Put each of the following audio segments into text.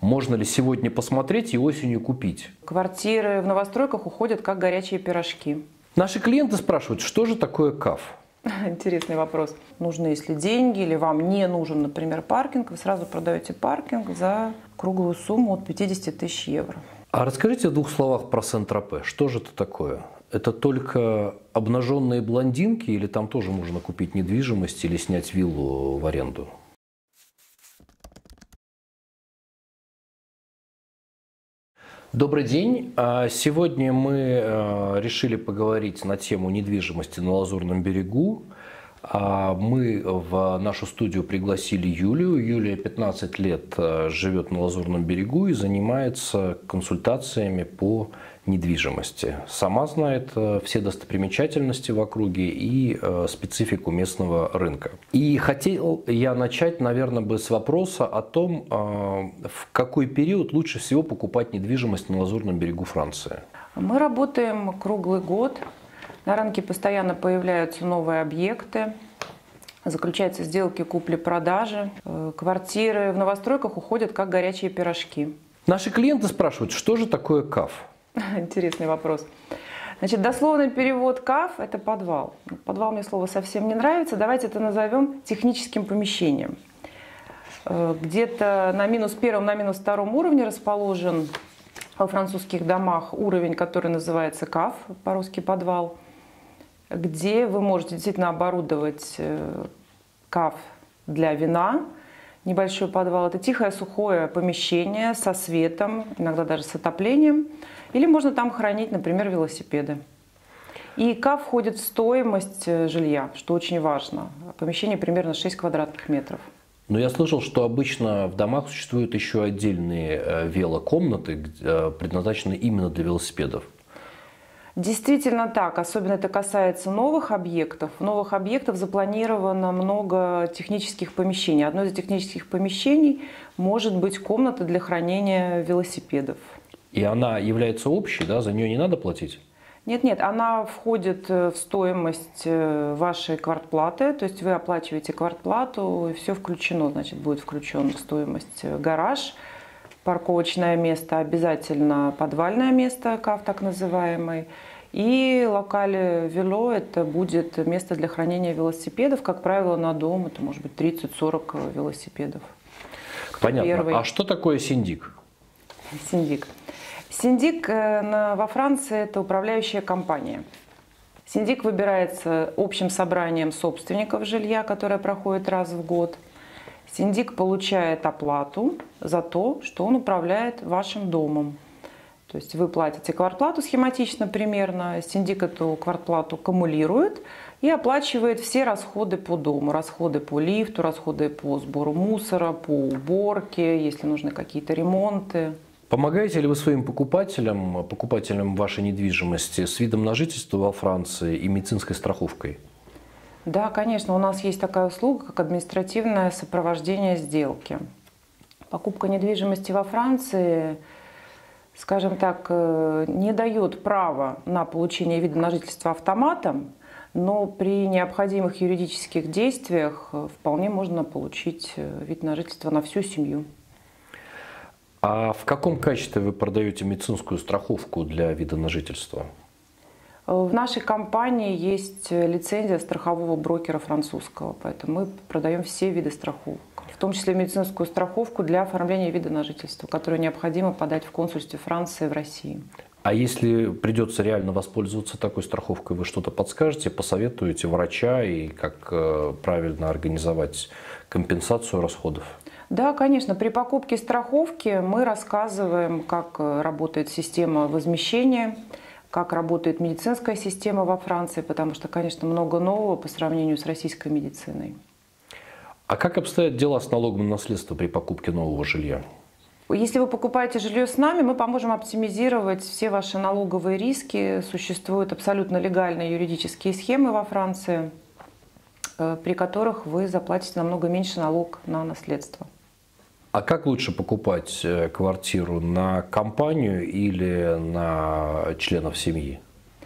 Можно ли сегодня посмотреть и осенью купить? Квартиры в новостройках уходят как горячие пирожки. Наши клиенты спрашивают, что же такое КАФ? Интересный вопрос. Нужны, если деньги, или вам не нужен, например, паркинг, вы сразу продаете паркинг за круглую сумму от 50 тысяч евро. А расскажите в двух словах про Сент-Тропе. Что же это такое? Это только обнаженные блондинки или там тоже можно купить недвижимость или снять виллу в аренду? Добрый день. Сегодня мы решили поговорить на тему недвижимости на Лазурном берегу. Мы в нашу студию пригласили Юлию. Юлия 15 лет живет на Лазурном берегу и занимается консультациями по недвижимости. Сама знает все достопримечательности в округе и специфику местного рынка. И хотел я начать, наверное, бы с вопроса о том, в какой период лучше всего покупать недвижимость на Лазурном берегу Франции. Мы работаем круглый год. На рынке постоянно появляются новые объекты. Заключаются сделки купли-продажи. Квартиры в новостройках уходят как горячие пирожки. Наши клиенты спрашивают, что же такое КАФ? Интересный вопрос. Значит, дословный перевод КАФ – это подвал. Подвал мне слово совсем не нравится. Давайте это назовем техническим помещением. Где-то на -1, на -2 уровне расположен во французских домах уровень, который называется КАФ, по-русски подвал, где вы можете действительно оборудовать КАФ для вина. Небольшой подвал – это тихое, сухое помещение со светом, иногда даже с отоплением. Или можно там хранить, например, велосипеды. И КАФ входит в стоимость жилья, что очень важно. Помещение примерно 6 квадратных метров. Но я слышал, что обычно в домах существуют еще отдельные велокомнаты, предназначенные именно для велосипедов. Действительно так. Особенно это касается новых объектов. В новых объектах запланировано много технических помещений. Одно из технических помещений может быть комната для хранения велосипедов. И она является общей, да? За нее не надо платить? Нет, она входит в стоимость вашей квартплаты, то есть вы оплачиваете квартплату, и все включено, значит, будет включен в стоимость гараж, парковочное место, обязательно подвальное место, КАФ так называемый, и локале вело – это будет место для хранения велосипедов, как правило, на дом, это может быть 30-40 велосипедов. Понятно. Первый. А что такое синдик? Синдик. Синдик во Франции – это управляющая компания. Синдик выбирается общим собранием собственников жилья, которое проходит раз в год. Синдик получает оплату за то, что он управляет вашим домом. То есть вы платите квартплату схематично примерно, синдик эту квартплату кумулирует и оплачивает все расходы по дому. Расходы по лифту, расходы по сбору мусора, по уборке, если нужны какие-то ремонты. Помогаете ли вы своим покупателям вашей недвижимости с видом на жительство во Франции и медицинской страховкой? Да, конечно, у нас есть такая услуга, как административное сопровождение сделки. Покупка недвижимости во Франции, скажем так, не дает права на получение вида на жительство автоматом, но при необходимых юридических действиях вполне можно получить вид на жительство на всю семью. А в каком качестве вы продаете медицинскую страховку для вида на жительство? В нашей компании есть лицензия страхового брокера французского, поэтому мы продаем все виды страховок, в том числе медицинскую страховку для оформления вида на жительство, которую необходимо подать в консульстве Франции в России. А если придется реально воспользоваться такой страховкой, вы что-то подскажете, посоветуете врача и как правильно организовать компенсацию расходов? Да, конечно. При покупке страховки мы рассказываем, как работает система возмещения, как работает медицинская система во Франции, потому что, конечно, много нового по сравнению с российской медициной. А как обстоят дела с налогом на наследство при покупке нового жилья? Если вы покупаете жилье с нами, мы поможем оптимизировать все ваши налоговые риски. Существуют абсолютно легальные юридические схемы во Франции, при которых вы заплатите намного меньше налог на наследство. А как лучше покупать квартиру, на компанию или на членов семьи?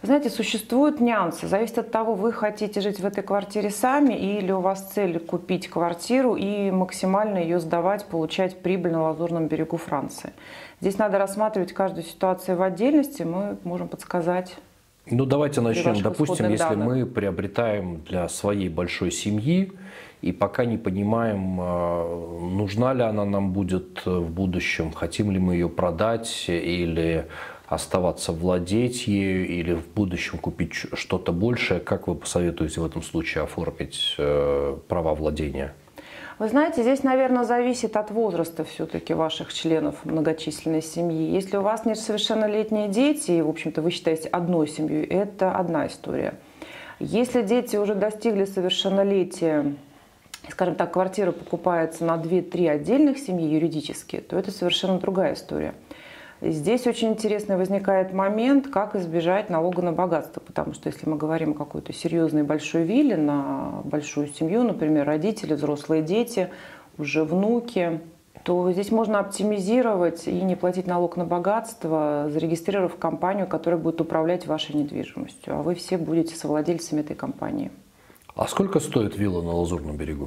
Знаете, существуют нюансы. Зависит от того, вы хотите жить в этой квартире сами или у вас цель купить квартиру и максимально ее сдавать, получать прибыль на Лазурном берегу Франции. Здесь надо рассматривать каждую ситуацию в отдельности. Мы можем подсказать. Ну, давайте начнем. Допустим, если мы приобретаем для своей большой семьи и пока не понимаем, нужна ли она нам будет в будущем, хотим ли мы ее продать или оставаться владеть ею, или в будущем купить что-то большее, как вы посоветуете в этом случае оформить права владения? Вы знаете, здесь, наверное, зависит от возраста все-таки ваших членов многочисленной семьи. Если у вас несовершеннолетние дети, и, в общем-то, вы считаете одной семьей, это одна история. Если дети уже достигли совершеннолетия, скажем так, квартира покупается на 2-3 отдельных семьи юридически, то это совершенно другая история. Здесь очень интересный возникает момент, как избежать налога на богатство, потому что если мы говорим о какой-то серьезной большой вилле на большую семью, например, родители, взрослые дети, уже внуки, то здесь можно оптимизировать и не платить налог на богатство, зарегистрировав компанию, которая будет управлять вашей недвижимостью, а вы все будете совладельцами этой компании. А сколько стоит вилла на Лазурном берегу?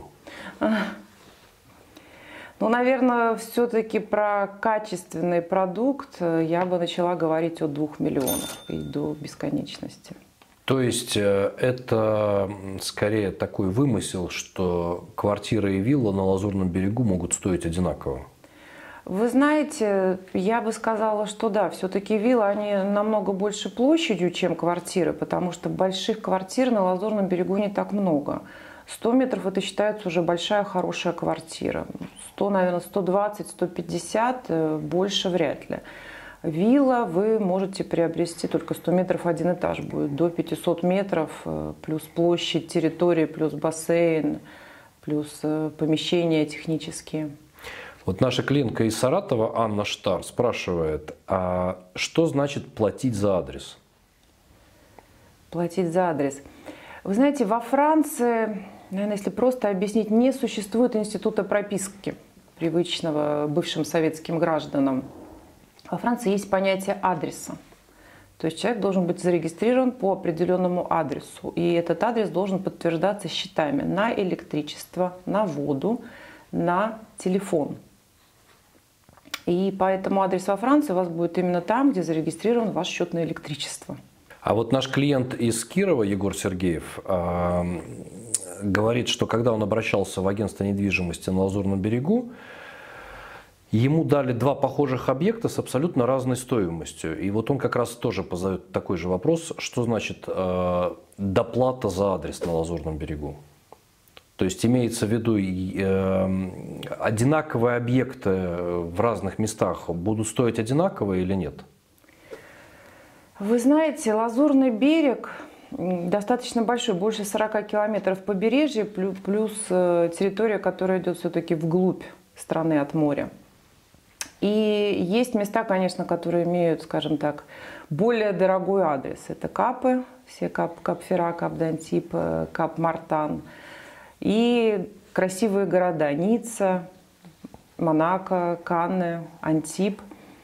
Ну, наверное, все-таки про качественный продукт я бы начала говорить от 2 миллионов и до бесконечности. То есть это скорее такой вымысел, что квартира и вилла на Лазурном берегу могут стоить одинаково? Вы знаете, я бы сказала, что да, все-таки виллы, они намного больше площадью, чем квартиры, потому что больших квартир на Лазурном берегу не так много. 100 метров это считается уже большая, хорошая квартира. 100, наверное, 120, 150, больше вряд ли. Вилла вы можете приобрести только 100 метров, один этаж будет, до 500 метров, плюс площадь территории, плюс бассейн, плюс помещения технические. Вот наша клиентка из Саратова, Анна Штар, спрашивает, а что значит платить за адрес? Платить за адрес. Вы знаете, во Франции, наверное, если просто объяснить, не существует института прописки, привычного бывшим советским гражданам. Во Франции есть понятие адреса. То есть человек должен быть зарегистрирован по определенному адресу. И этот адрес должен подтверждаться счетами на электричество, на воду, на телефон. И поэтому адрес во Франции у вас будет именно там, где зарегистрирован ваш счет на электричество. А вот наш клиент из Кирова, Егор Сергеев, говорит, что когда он обращался в агентство недвижимости на Лазурном берегу, ему дали 2 похожих объекта с абсолютно разной стоимостью. И вот он как раз тоже позовет такой же вопрос, что значит доплата за адрес на Лазурном берегу. То есть имеется в виду одинаковые объекты в разных местах будут стоить одинаково или нет? Вы знаете, Лазурный берег достаточно большой, больше 40 километров побережья, плюс территория, которая идет все-таки вглубь страны от моря. И есть места, конечно, которые имеют, скажем так, более дорогой адрес. Это Капы, все Кап-Фера, Кап-Д'Антиб, Кап-Мартан. И красивые города Ницца, Монако, Канны, Антиб.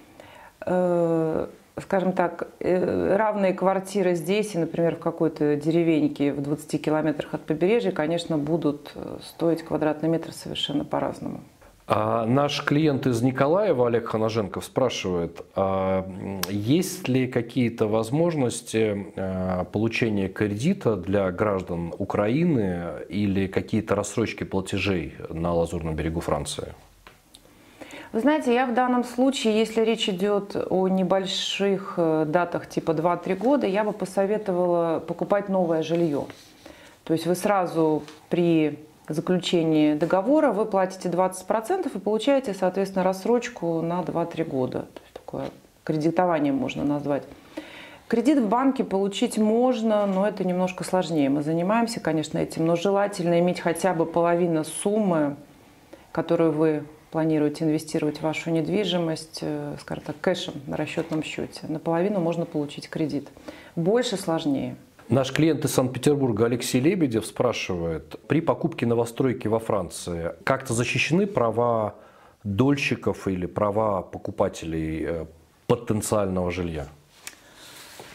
Скажем так, равные квартиры здесь и, например, в какой-то деревеньке в 20 километрах от побережья, конечно, будут стоить квадратный метр совершенно по-разному. А наш клиент из Николаева, Олег Ханаженков, спрашивает, есть ли какие-то возможности получения кредита для граждан Украины или какие-то рассрочки платежей на Лазурном берегу Франции? Вы знаете, я в данном случае, если речь идет о небольших датах типа 2-3 года, я бы посоветовала покупать новое жилье. То есть вы сразу при заключении договора вы платите 20% и получаете, соответственно, рассрочку на 2-3 года. То есть такое кредитование можно назвать. Кредит в банке получить можно, но это немножко сложнее. Мы занимаемся, конечно, этим, но желательно иметь хотя бы половину суммы, которую вы планируете инвестировать в вашу недвижимость, скажем так, кэшем на расчетном счете. Наполовину можно получить кредит. Больше сложнее. Наш клиент из Санкт-Петербурга Алексей Лебедев спрашивает, при покупке новостройки во Франции как-то защищены права дольщиков или права покупателей потенциального жилья?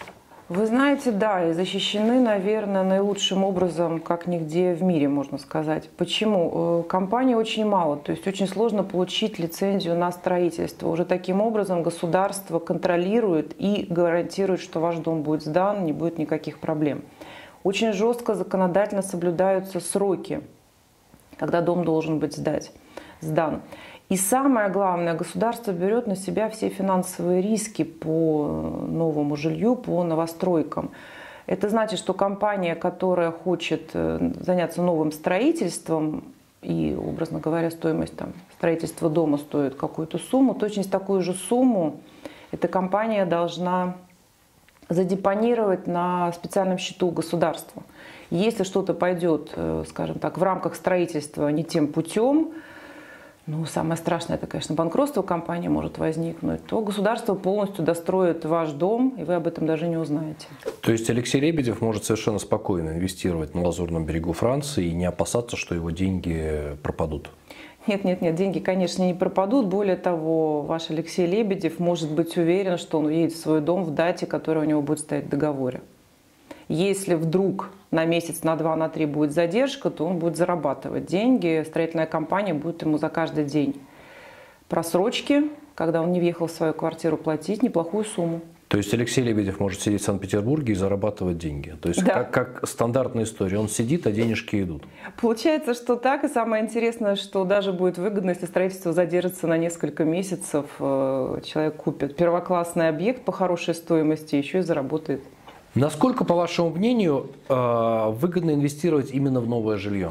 Вы знаете, да, и защищены, наверное, наилучшим образом, как нигде в мире, можно сказать. Почему? Компаний очень мало, то есть очень сложно получить лицензию на строительство. Уже таким образом государство контролирует и гарантирует, что ваш дом будет сдан, не будет никаких проблем. Очень жестко законодательно соблюдаются сроки, когда дом должен быть сдан. И самое главное, государство берет на себя все финансовые риски по новому жилью, по новостройкам. Это значит, что компания, которая хочет заняться новым строительством, и, образно говоря, стоимость строительства дома стоит какую-то сумму, точно такую же сумму эта компания должна задепонировать на специальном счету государства. Если что-то пойдет, скажем так, в рамках строительства не тем путем, самое страшное, это, конечно, банкротство компании может возникнуть, то государство полностью достроит ваш дом, и вы об этом даже не узнаете. То есть Алексей Лебедев может совершенно спокойно инвестировать на Лазурном берегу Франции и не опасаться, что его деньги пропадут? Нет, деньги, конечно, не пропадут. Более того, ваш Алексей Лебедев может быть уверен, что он уедет в свой дом в дате, которая у него будет стоять в договоре. Если вдруг на месяц, на два, на три будет задержка, то он будет зарабатывать деньги. Строительная компания будет ему за каждый день просрочки, когда он не въехал в свою квартиру, платить неплохую сумму. То есть Алексей Лебедев может сидеть в Санкт-Петербурге и зарабатывать деньги. То есть да. как стандартная история. Он сидит, а денежки идут. Получается, что так. И самое интересное, что даже будет выгодно, если строительство задержится на несколько месяцев. Человек купит первоклассный объект по хорошей стоимости, еще и заработает. Насколько, по вашему мнению, выгодно инвестировать именно в новое жилье?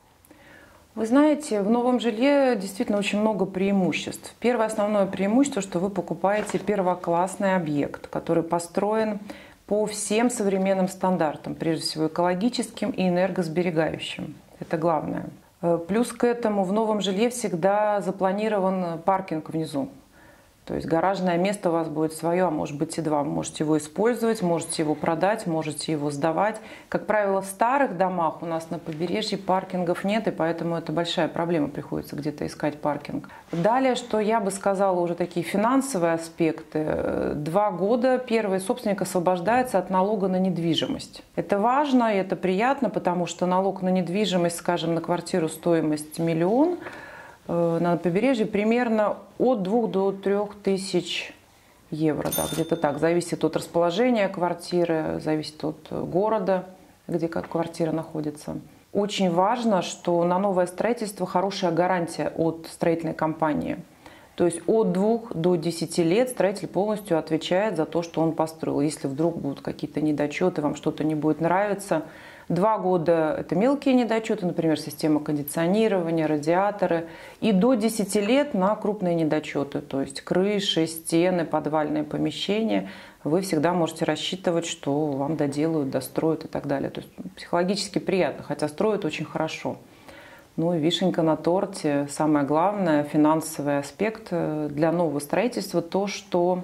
Вы знаете, в новом жилье действительно очень много преимуществ. Первое основное преимущество, что вы покупаете первоклассный объект, который построен по всем современным стандартам, прежде всего экологическим и энергосберегающим. Это главное. Плюс к этому в новом жилье всегда запланирован паркинг внизу. То есть гаражное место у вас будет свое, а может быть и два. Вы можете его использовать, можете его продать, можете его сдавать. Как правило, в старых домах у нас на побережье паркингов нет, и поэтому это большая проблема, приходится где-то искать паркинг. Далее, что я бы сказала, уже такие финансовые аспекты. 2 года первый собственник освобождается от налога на недвижимость. Это важно и это приятно, потому что налог на недвижимость, скажем, на квартиру стоимость 1 000 000, на побережье примерно от 2 до 3 тысяч евро, да, где-то так. Зависит от расположения квартиры, зависит от города, где квартира находится. Очень важно, что на новое строительство хорошая гарантия от строительной компании. То есть от 2 до 10 лет строитель полностью отвечает за то, что он построил. Если вдруг будут какие-то недочеты, вам что-то не будет нравиться. 2 года – это мелкие недочеты, например, система кондиционирования, радиаторы. И до 10 лет на крупные недочеты, то есть крыши, стены, подвальные помещения. Вы всегда можете рассчитывать, что вам доделают, достроят и так далее. То есть психологически приятно, хотя строят очень хорошо. Ну и вишенька на торте, самое главное, финансовый аспект для нового строительства – то, что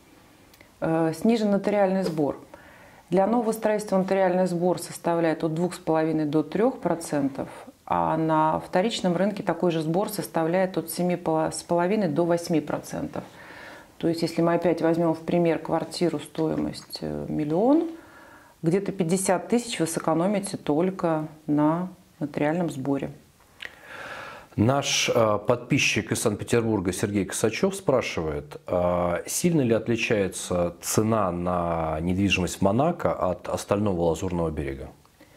снижен нотариальный сбор. Для нового строительства нотариальный сбор составляет от 2,5 до 3%, а на вторичном рынке такой же сбор составляет от 7,5 до 8%. То есть, если мы опять возьмем в пример квартиру стоимость 1 000 000, где-то 50 тысяч вы сэкономите только на нотариальном сборе. Наш подписчик из Санкт-Петербурга Сергей Косачев спрашивает, сильно ли отличается цена на недвижимость в Монако от остального Лазурного берега?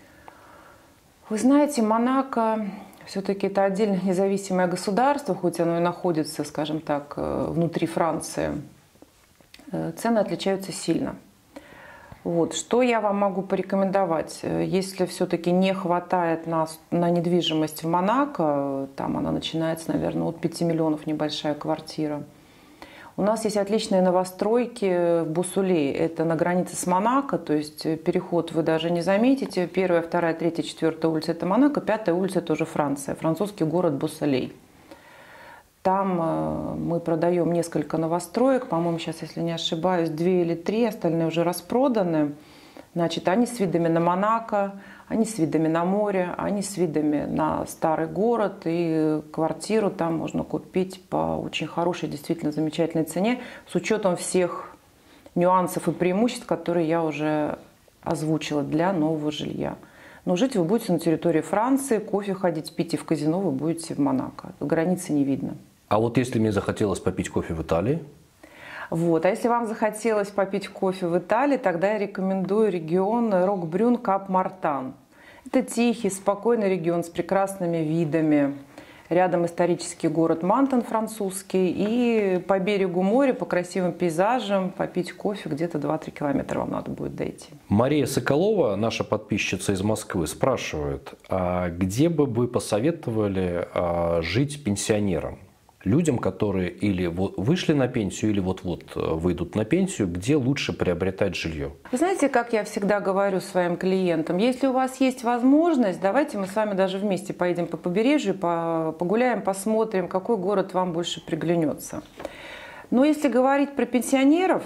Вы знаете, Монако все-таки это отдельно независимое государство, хоть оно и находится, скажем так, внутри Франции. Цены отличаются сильно. Вот. Что я вам могу порекомендовать? Если все-таки не хватает на недвижимость в Монако, там она начинается, наверное, от 5 миллионов небольшая квартира. У нас есть отличные новостройки в Буссолее. Это на границе с Монако, то есть переход вы даже не заметите. 1, 2, 3, 4 улица – это Монако, 5 улица – тоже Франция, французский город Буссолей. Там мы продаем несколько новостроек, по-моему, сейчас, если не ошибаюсь, 2 или 3, остальные уже распроданы. Значит, они с видами на Монако, они с видами на море, они с видами на старый город. И квартиру там можно купить по очень хорошей, действительно замечательной цене, с учетом всех нюансов и преимуществ, которые я уже озвучила для нового жилья. Но жить вы будете на территории Франции, кофе ходить, пить и в казино вы будете в Монако. Границы не видно. А вот если мне захотелось попить кофе в Италии? Вот. А если вам захотелось попить кофе в Италии, тогда я рекомендую регион Рокбрюн-Кап-Мартан. Это тихий, спокойный регион с прекрасными видами. Рядом исторический город Мантон французский. И по берегу моря, по красивым пейзажам, попить кофе где-то 2-3 километра вам надо будет дойти. Мария Соколова, наша подписчица из Москвы, спрашивает, а где бы вы посоветовали жить пенсионерам? Людям, которые или вышли на пенсию, или вот-вот выйдут на пенсию, где лучше приобретать жилье? Вы знаете, как я всегда говорю своим клиентам, если у вас есть возможность, давайте мы с вами даже вместе поедем по побережью, погуляем, посмотрим, какой город вам больше приглянется. Но если говорить про пенсионеров,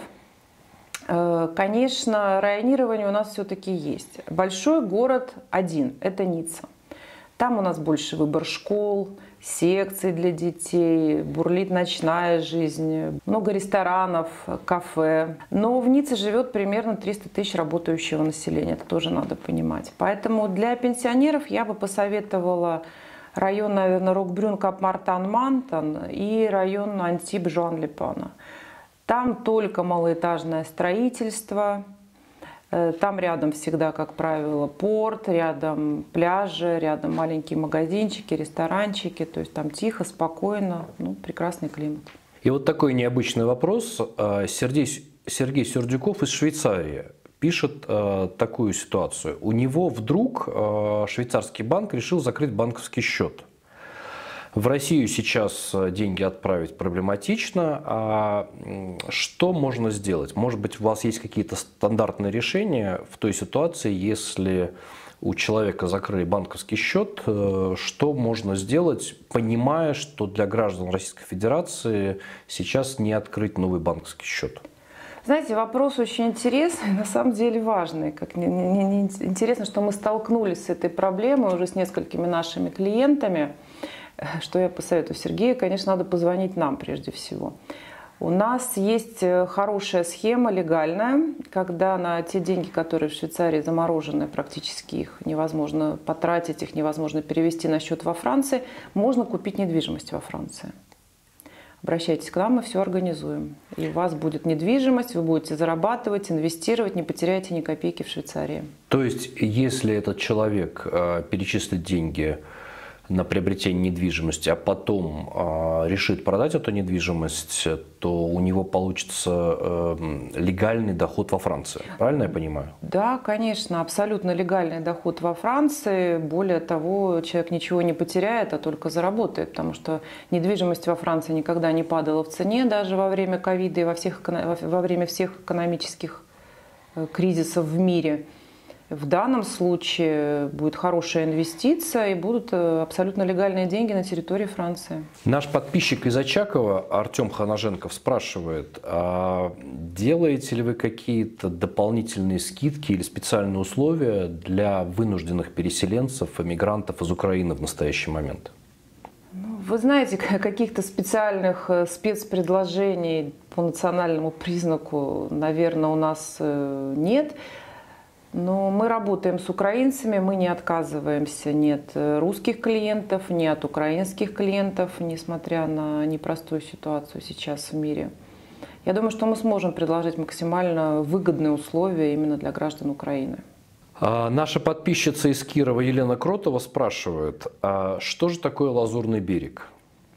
конечно, районирование у нас все-таки есть. Большой город один – это Ницца. Там у нас больше выбор школ, секций для детей, бурлит ночная жизнь, много ресторанов, кафе. Но в Ницце живет примерно 300 тысяч работающего населения, это тоже надо понимать. Поэтому для пенсионеров я бы посоветовала район, наверное, Рокбрюн-Кап-Мартан-Мантон и район Антиб-Жуан-Ле-Пана. Там только малоэтажное строительство. Там рядом всегда, как правило, порт, рядом пляжи, рядом маленькие магазинчики, ресторанчики. То есть там тихо, спокойно, ну, прекрасный климат. И вот такой необычный вопрос. Сергей Сердюков из Швейцарии пишет такую ситуацию. У него вдруг швейцарский банк решил закрыть банковский счет. В Россию сейчас деньги отправить проблематично. А что можно сделать? Может быть, у вас есть какие-то стандартные решения в той ситуации, если у человека закрыли банковский счет? Что можно сделать, понимая, что для граждан Российской Федерации сейчас не открыть новый банковский счет? Знаете, вопрос очень интересный, на самом деле важный. Интересно, что мы столкнулись с этой проблемой уже с несколькими нашими клиентами. Что я посоветую Сергею? Конечно, надо позвонить нам прежде всего. У нас есть хорошая схема легальная, когда на те деньги, которые в Швейцарии заморожены, практически их невозможно потратить, их невозможно перевести на счет во Франции, можно купить недвижимость во Франции. Обращайтесь к нам, мы все организуем. И у вас будет недвижимость, вы будете зарабатывать, инвестировать, не потеряете ни копейки в Швейцарии. То есть, если этот человек перечислит деньги на приобретение недвижимости, а потом решит продать эту недвижимость, то у него получится легальный доход во Франции. Правильно я понимаю? Да, конечно, абсолютно легальный доход во Франции. Более того, человек ничего не потеряет, а только заработает, потому что недвижимость во Франции никогда не падала в цене, даже во время ковида и во время всех экономических кризисов в мире. В данном случае будет хорошая инвестиция и будут абсолютно легальные деньги на территории Франции. Наш подписчик из Очакова Артем Ханаженков спрашивает, а делаете ли вы какие-то дополнительные скидки или специальные условия для вынужденных переселенцев, эмигрантов из Украины в настоящий момент? Вы знаете, каких-то специальных спецпредложений по национальному признаку, наверное, у нас нет. Но мы работаем с украинцами, мы не отказываемся ни от русских клиентов, ни от украинских клиентов, несмотря на непростую ситуацию сейчас в мире. Я думаю, что мы сможем предложить максимально выгодные условия именно для граждан Украины. Наша подписчица из Кирова Елена Кротова спрашивает, а что же такое Лазурный берег?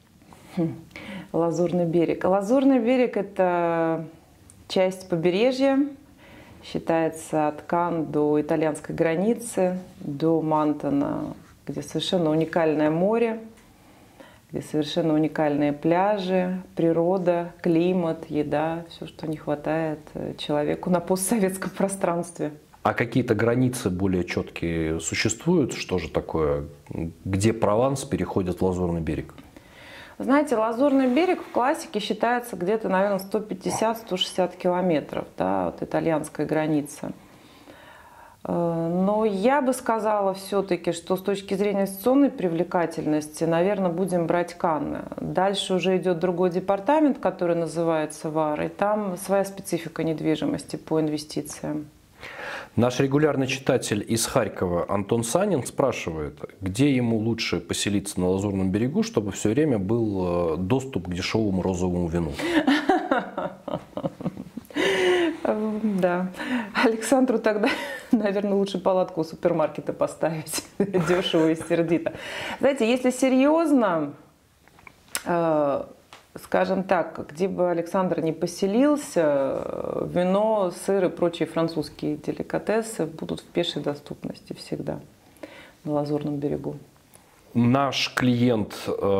Лазурный берег. Лазурный берег – это часть побережья. Считается от Кан до итальянской границы, до Мантона, где совершенно уникальное море, где совершенно уникальные пляжи, природа, климат, еда, все, что не хватает человеку на постсоветском пространстве. А какие-то границы более четкие существуют? Что же такое? Где Прованс переходит в Лазурный берег? Знаете, Лазурный берег в классике считается где-то, наверное, 150-160 километров, да, от итальянской границы. Но я бы сказала все-таки, что с точки зрения инвестиционной привлекательности, наверное, будем брать Канны. Дальше уже идет другой департамент, который называется ВАР, и там своя специфика недвижимости по инвестициям. Наш регулярный читатель из Харькова Антон Санин спрашивает, где ему лучше поселиться на Лазурном берегу, чтобы все время был доступ к дешевому розовому вину. Да. Александру тогда, наверное, лучше палатку у супермаркета поставить. Дешево и сердито. Знаете, если серьезно, скажем так, где бы Александр не поселился, вино, сыр и прочие французские деликатесы будут в пешей доступности всегда на Лазурном берегу. Наш клиент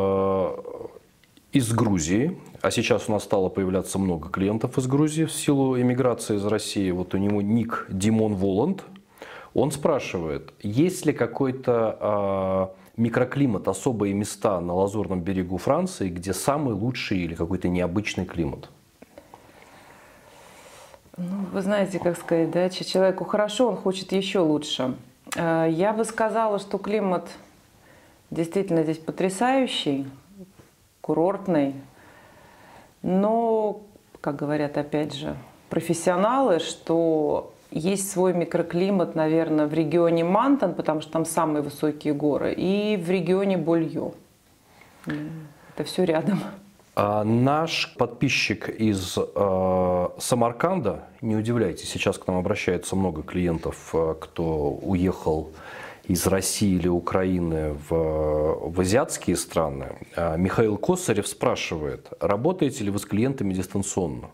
из Грузии, а сейчас у нас стало появляться много клиентов из Грузии в силу эмиграции из России. Вот у него ник Димон Воланд. Он спрашивает, есть ли какой-то микроклимат, особые места на Лазурном берегу Франции, где самый лучший или какой-то необычный климат? Ну, вы знаете, как сказать, да, человеку хорошо, он хочет еще лучше. Я бы сказала, что климат действительно здесь потрясающий, курортный, но, как говорят опять же профессионалы, что есть свой микроклимат, наверное, в регионе Мантон, потому что там самые высокие горы, и в регионе Больё. Это все рядом. Наш подписчик из Самарканда, не удивляйтесь, сейчас к нам обращается много клиентов, кто уехал из России или Украины в азиатские страны. Михаил Косарев спрашивает, работаете ли вы с клиентами дистанционно?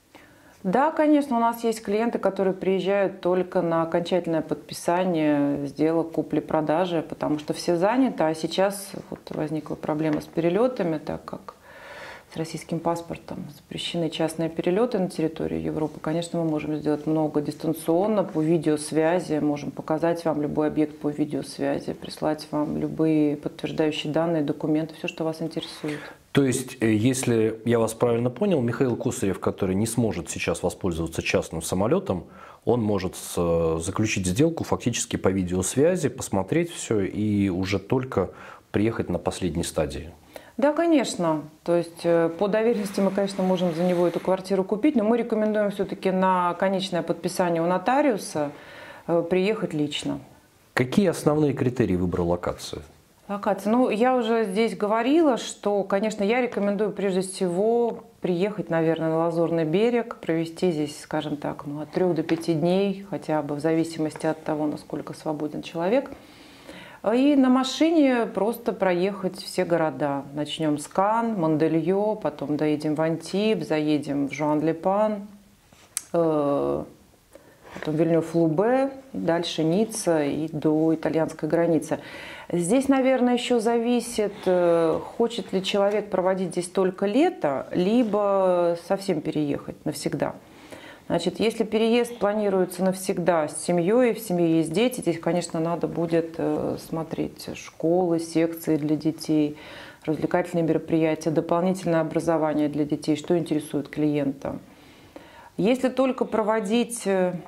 Да, конечно, у нас есть клиенты, которые приезжают только на окончательное подписание сделок купли-продажи, потому что все заняты, а сейчас вот возникла проблема с перелетами, так как с российским паспортом запрещены частные перелеты на территорию Европы. Конечно, мы можем сделать много дистанционно, по видеосвязи, можем показать вам любой объект по видеосвязи, прислать вам любые подтверждающие данные, документы, все, что вас интересует. То есть, если я вас правильно понял, Михаил Косарев, который не сможет сейчас воспользоваться частным самолетом, он может заключить сделку фактически по видеосвязи, посмотреть все и уже только приехать на последней стадии. Да, конечно. То есть по доверенности мы, конечно, можем за него эту квартиру купить, но мы рекомендуем все-таки на конечное подписание у нотариуса приехать лично. Какие основные критерии выбора локации? Локация. Ну, я уже здесь говорила, что, конечно, я рекомендую прежде всего приехать, наверное, на Лазурный берег, провести здесь, скажем так, от 3 до 5 дней, хотя бы в зависимости от того, насколько свободен человек. И на машине просто проехать все города. Начнем с Кан, Мондельё, потом доедем в Антиб, заедем в Жуан-ле-Пан, потом Вильнюс-Лубе, дальше Ницца и до итальянской границы. Здесь, наверное, еще зависит, хочет ли человек проводить здесь только лето, либо совсем переехать навсегда. Значит, если переезд планируется навсегда с семьей, в семье есть дети, здесь, конечно, надо будет смотреть школы, секции для детей, развлекательные мероприятия, дополнительное образование для детей, что интересует клиента. Если только проводить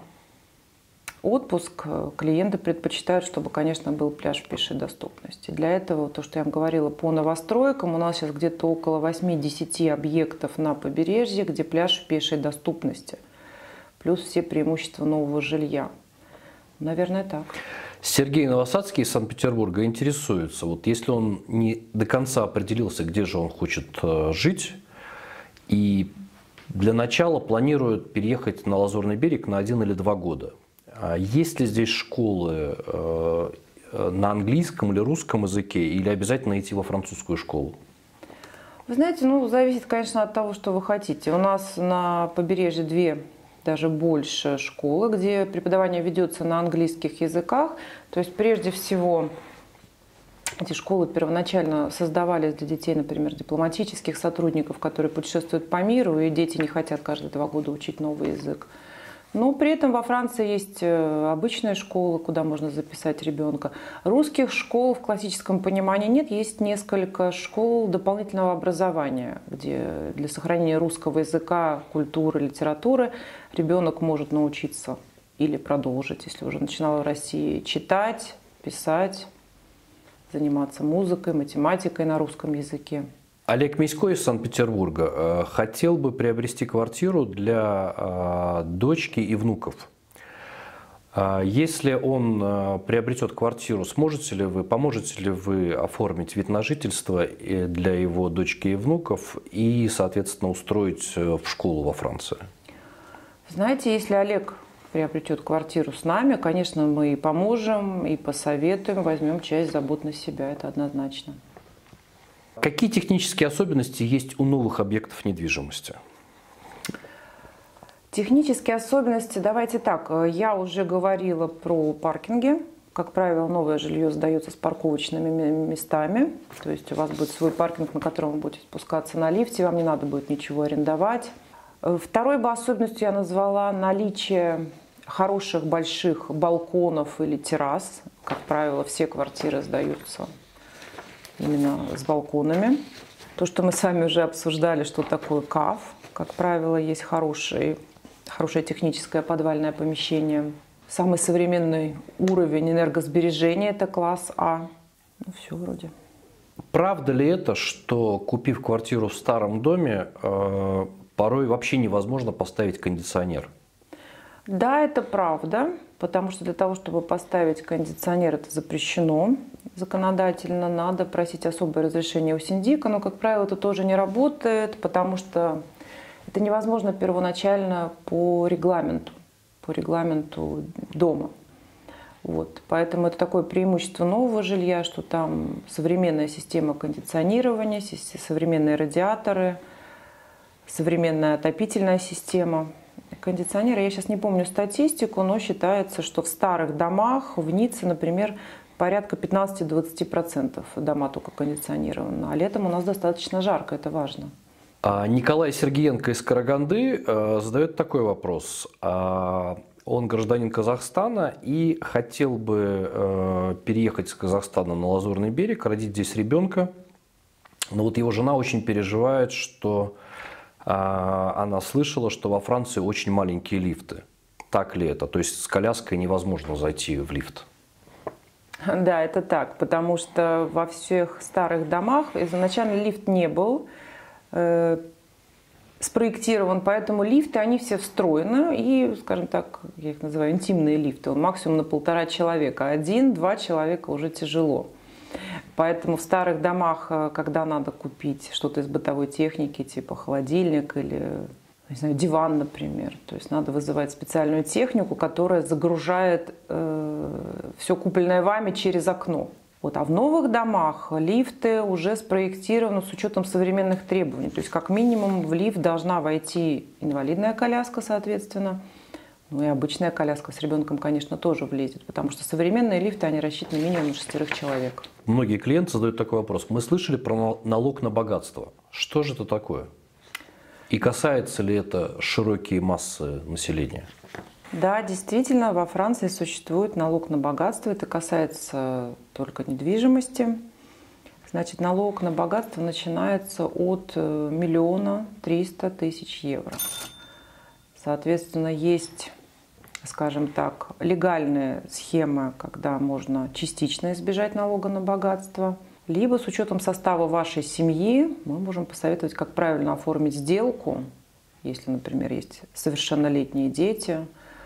отпуск, клиенты предпочитают, чтобы, конечно, был пляж в пешей доступности. Для этого, то, что я вам говорила, по новостройкам у нас сейчас где-то около 8-10 объектов на побережье, где пляж в пешей доступности. Плюс все преимущества нового жилья. Наверное, так. Сергей Новосадский из Санкт-Петербурга интересуется, вот если он не до конца определился, где же он хочет жить, и для начала планирует переехать на Лазурный берег на 1 или 2 года. Есть ли здесь школы на английском или русском языке, или обязательно идти во французскую школу? Вы знаете, зависит, конечно, от того, что вы хотите. У нас на побережье 2, даже больше школы, где преподавание ведется на английских языках. То есть, прежде всего, эти школы первоначально создавались для детей, например, дипломатических сотрудников, которые путешествуют по миру, и дети не хотят каждые 2 года учить новый язык. Но при этом во Франции есть обычная школа, куда можно записать ребенка. Русских школ в классическом понимании нет. Есть несколько школ дополнительного образования, где для сохранения русского языка, культуры, литературы ребенок может научиться или продолжить, если уже начинала в России, читать, писать, заниматься музыкой, математикой на русском языке. Олег Мисько из Санкт-Петербурга хотел бы приобрести квартиру для дочки и внуков. Если он приобретет квартиру, поможете ли вы оформить вид на жительство для его дочки и внуков и, соответственно, устроить в школу во Франции? Знаете, если Олег приобретет квартиру с нами, конечно, мы и поможем, и посоветуем, возьмем часть забот на себя, это однозначно. Какие технические особенности есть у новых объектов недвижимости? Технические особенности, давайте так, я уже говорила про паркинги. Как правило, новое жилье сдается с парковочными местами, то есть у вас будет свой паркинг, на котором вы будете спускаться на лифте, вам не надо будет ничего арендовать. Второй бы особенностью я назвала наличие хороших больших балконов или террас. Как правило, все квартиры сдаются именно с балконами. То, что мы с вами уже обсуждали, что такое КАФ. Как правило, есть хорошее техническое подвальное помещение. Самый современный уровень энергосбережения – это класс А. Ну, все вроде. Правда ли это, что, купив квартиру в старом доме, порой вообще невозможно поставить кондиционер? Да, это правда, потому что для того, чтобы поставить кондиционер, это запрещено законодательно, надо просить особое разрешение у синдика, но, как правило, это тоже не работает, потому что это невозможно первоначально по регламенту дома. Вот. Поэтому это такое преимущество нового жилья, что там современная система кондиционирования, современные радиаторы, современная отопительная система. Кондиционеры, я сейчас не помню статистику, но считается, что в старых домах, в Ницце, например, порядка 15-20% дома только кондиционированы. А летом у нас достаточно жарко, это важно. Николай Сергеенко из Караганды задает такой вопрос. Он гражданин Казахстана и хотел бы переехать из Казахстана на Лазурный берег, родить здесь ребенка. Но вот его жена очень переживает, что она слышала, что во Франции очень маленькие лифты. Так ли это? То есть с коляской невозможно зайти в лифт? Да, это так, потому что во всех старых домах изначально лифт не был спроектирован, поэтому лифты, они все встроены, и, скажем так, я их называю интимные лифты, он максимум на 1,5 человека, 1-2 человека уже тяжело. Поэтому в старых домах, когда надо купить что-то из бытовой техники, типа холодильник или, не знаю, диван, например, то есть надо вызывать специальную технику, которая загружает все купленное вами через окно. Вот. А в новых домах лифты уже спроектированы с учетом современных требований. То есть как минимум в лифт должна войти инвалидная коляска, соответственно. Ну и обычная коляска с ребенком, конечно, тоже влезет, потому что современные лифты, они рассчитаны минимум на 6 человек. Многие клиенты задают такой вопрос. Мы слышали про налог на богатство. Что же это такое? И касается ли это широкие массы населения? Да, действительно, во Франции существует налог на богатство. Это касается только недвижимости. Значит, налог на богатство начинается от 1 300 000 евро. Соответственно, есть, скажем так, легальная схема, когда можно частично избежать налога на богатство. Либо с учетом состава вашей семьи мы можем посоветовать, как правильно оформить сделку, если, например, есть совершеннолетние дети,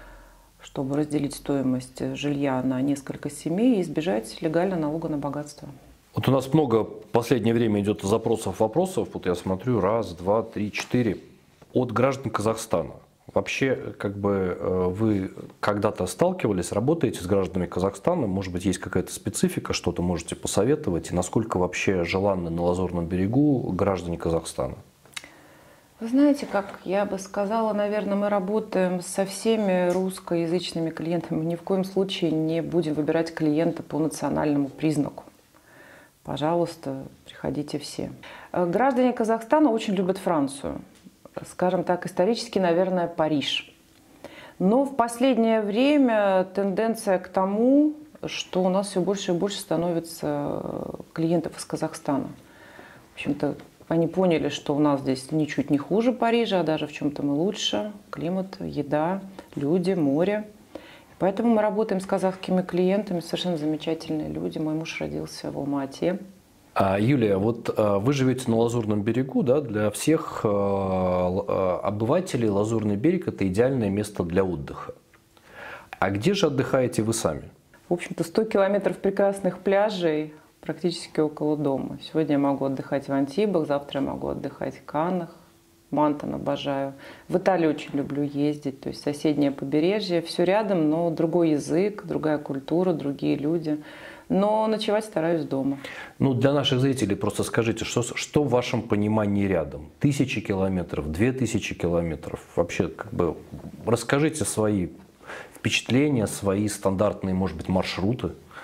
чтобы разделить стоимость жилья на несколько семей и избежать легально налога на богатство. Вот у нас много в последнее время идет вопросов. Вот я смотрю, 1, 2, 3, 4 от граждан Казахстана. Вообще, как бы вы когда-то сталкивались, работаете с гражданами Казахстана? Может быть, есть какая-то специфика, что-то можете посоветовать? И насколько вообще желанны на Лазурном берегу граждане Казахстана? Вы знаете, как я бы сказала, наверное, мы работаем со всеми русскоязычными клиентами. Мы ни в коем случае не будем выбирать клиента по национальному признаку. Пожалуйста, приходите все. Граждане Казахстана очень любят Францию. Скажем так, исторически, наверное, Париж. Но в последнее время тенденция к тому, что у нас все больше и больше становится клиентов из Казахстана. В общем-то, они поняли, что у нас здесь ничуть не хуже Парижа, а даже в чем-то мы лучше. Климат, еда, люди, море. Поэтому мы работаем с казахскими клиентами, совершенно замечательные люди. Мой муж родился в Алма-Ате. Юлия, вот вы живете на Лазурном берегу, да? Для всех обывателей Лазурный берег – это идеальное место для отдыха. А где же отдыхаете вы сами? В общем-то, 100 километров прекрасных пляжей практически около дома. Сегодня я могу отдыхать в Антибах, завтра я могу отдыхать в Каннах. Мантон обожаю. В Италию очень люблю ездить, то есть соседнее побережье, все рядом, но другой язык, другая культура, другие люди. Но ночевать стараюсь дома. Ну, для наших зрителей просто скажите, что в вашем понимании рядом? 1000 километров, 2000 километров? Вообще, как бы, расскажите свои впечатления, свои стандартные, может быть, маршруты.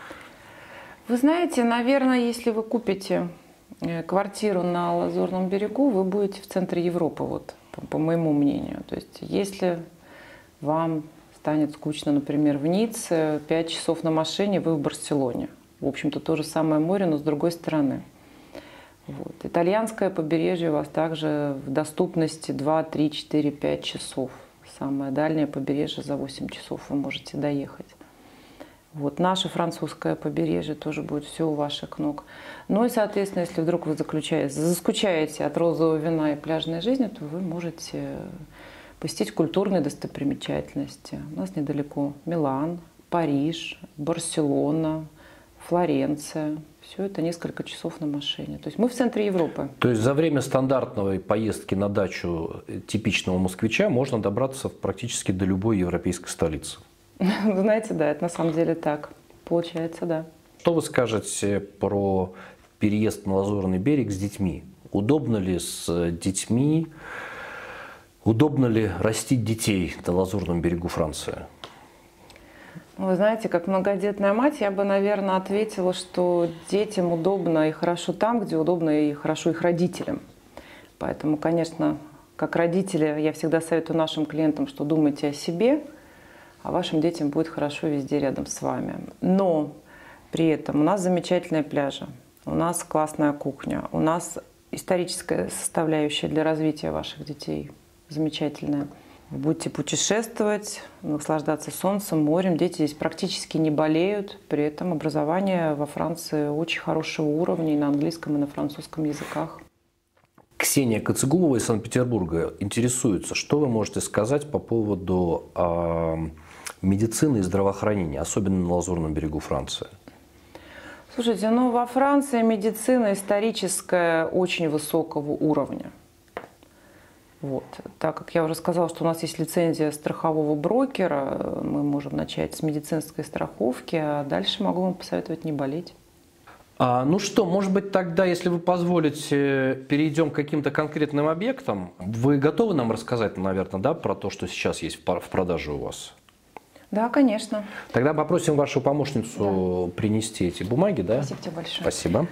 Вы знаете, наверное, если вы купите квартиру на Лазурном берегу, вы будете в центре Европы, вот, по моему мнению. То есть, если вам станет скучно, например, в Ницце, 5 часов на машине, вы в Барселоне. В общем-то, то же самое море, но с другой стороны. Вот. Итальянское побережье у вас также в доступности 2, 3, 4, 5 часов. Самое дальнее побережье за 8 часов вы можете доехать. Вот. Наше французское побережье тоже будет все у ваших ног. Ну и, соответственно, если вдруг вы заскучаете от розового вина и пляжной жизни, то вы можете посетить культурные достопримечательности. У нас недалеко Милан, Париж, Барселона, Флоренция. Все это несколько часов на машине. То есть мы в центре Европы. То есть за время стандартной поездки на дачу типичного москвича можно добраться практически до любой европейской столицы. Вы знаете, да, это на самом деле так. Получается, да. Что вы скажете про переезд на Лазурный берег с детьми? Удобно ли с детьми, удобно ли растить детей на Лазурном берегу Франции? Вы знаете, как многодетная мать, я бы, наверное, ответила, что детям удобно и хорошо там, где удобно и хорошо их родителям. Поэтому, конечно, как родители, я всегда советую нашим клиентам, что думайте о себе, а вашим детям будет хорошо везде рядом с вами. Но при этом у нас замечательные пляжи, у нас классная кухня, у нас историческая составляющая для развития ваших детей замечательная. Вы будете путешествовать, наслаждаться солнцем, морем. Дети здесь практически не болеют. При этом образование во Франции очень хорошего уровня и на английском, и на французском языках. Ксения Коцегубова из Санкт-Петербурга интересуется, что вы можете сказать по поводу медицины и здравоохранения, особенно на Лазурном берегу Франции? Слушайте, ну во Франции медицина историческая очень высокого уровня. Вот. Так как я уже сказала, что у нас есть лицензия страхового брокера, мы можем начать с медицинской страховки, а дальше могу вам посоветовать не болеть. Ну что, может быть, тогда, если вы позволите, перейдем к каким-то конкретным объектам. Вы готовы нам рассказать, наверное, да, про то, что сейчас есть в продаже у вас? Да, конечно. Тогда попросим вашу помощницу принести эти бумаги, да? Спасибо тебе большое. Спасибо.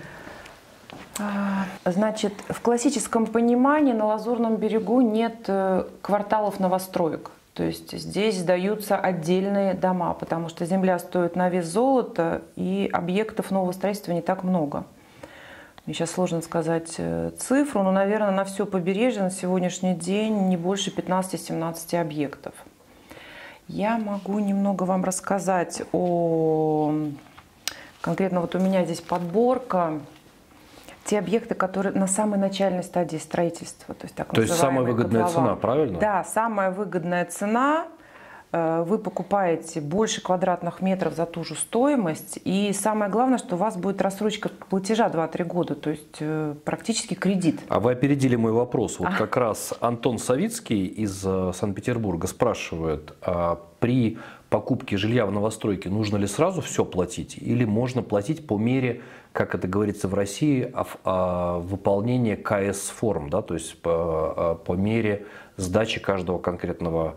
Значит, в классическом понимании на Лазурном берегу нет кварталов новостроек. То есть здесь сдаются отдельные дома, потому что земля стоит на вес золота, и объектов нового строительства не так много. Мне сейчас сложно сказать цифру, но, наверное, на все побережье на сегодняшний день не больше 15-17 объектов. Я могу немного вам рассказать о... Конкретно вот у меня здесь подборка. Те объекты, которые на самой начальной стадии строительства. То есть самая выгодная цена, правильно? Да, самая выгодная цена. Вы покупаете больше квадратных метров за ту же стоимость. И самое главное, что у вас будет рассрочка платежа 2-3 года, то есть практически кредит. А вы опередили мой вопрос. Вот как раз Антон Савицкий из Санкт-Петербурга спрашивает, при покупке жилья в новостройке нужно ли сразу все платить или можно платить по мере, как это говорится в России, выполнения КС-форм, да, то есть по мере сдачи каждой конкретной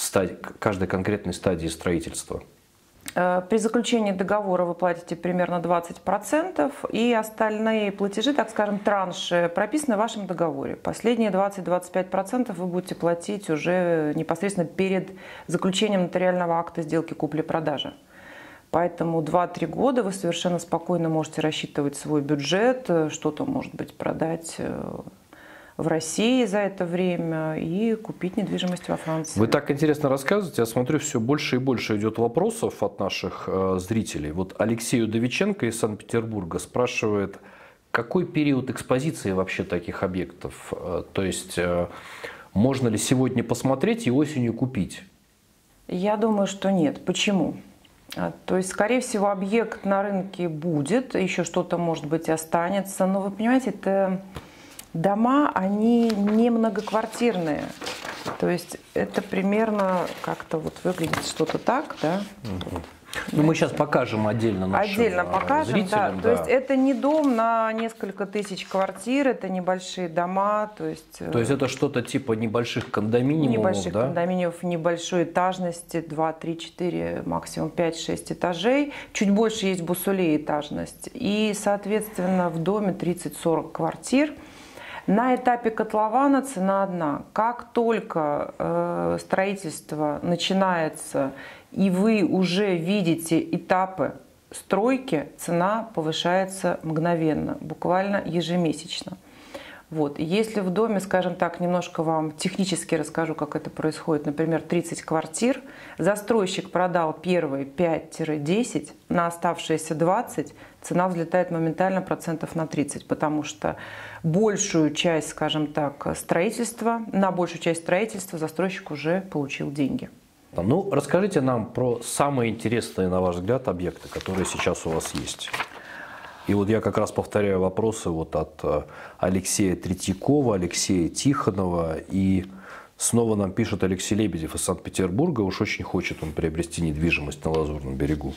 стадии строительства? При заключении договора вы платите примерно 20%, и остальные платежи, так скажем, транши, прописаны в вашем договоре. Последние 20-25% вы будете платить уже непосредственно перед заключением нотариального акта сделки купли-продажи. Поэтому 2-3 года вы совершенно спокойно можете рассчитывать свой бюджет, что-то, может быть, продать в России за это время и купить недвижимость во Франции. Вы так интересно рассказываете, я смотрю, все больше и больше идет вопросов от наших зрителей. Вот Алексей Удовиченко из Санкт-Петербурга спрашивает, какой период экспозиции вообще таких объектов? То есть можно ли сегодня посмотреть и осенью купить? Я думаю, что нет. Почему? То есть, скорее всего, объект на рынке будет, еще что-то, может быть, останется. Но вы понимаете, это дома, они не многоквартирные. То есть это примерно как-то вот выглядит что-то так, да? Ну, мы сейчас покажем отдельно нашим покажем, да. зрителям. То есть это не дом на несколько тысяч квартир, это небольшие дома. То есть это что-то типа небольших кондоминиумов, небольших да? кондоминиумов, небольшой этажности, 2, 3, 4, максимум 5-6 этажей. Чуть больше есть бусулей этажность. И, соответственно, в доме 30-40 квартир. На этапе котлована цена одна. Как только строительство начинается, и вы уже видите этапы стройки, цена повышается мгновенно, буквально ежемесячно. Вот. Если в доме, скажем так, немножко вам технически расскажу, как это происходит, например, 30 квартир, застройщик продал первые 5-10, на оставшиеся 20 цена взлетает моментально процентов на 30, потому что большую часть, скажем так, на большую часть строительства застройщик уже получил деньги. Ну, расскажите нам про самые интересные, на ваш взгляд, объекты, которые сейчас у вас есть. И вот я как раз повторяю вопросы вот от Алексея Третьякова, Алексея Тихонова. И снова нам пишет Алексей Лебедев из Санкт-Петербурга. Уж очень хочет он приобрести недвижимость на Лазурном берегу.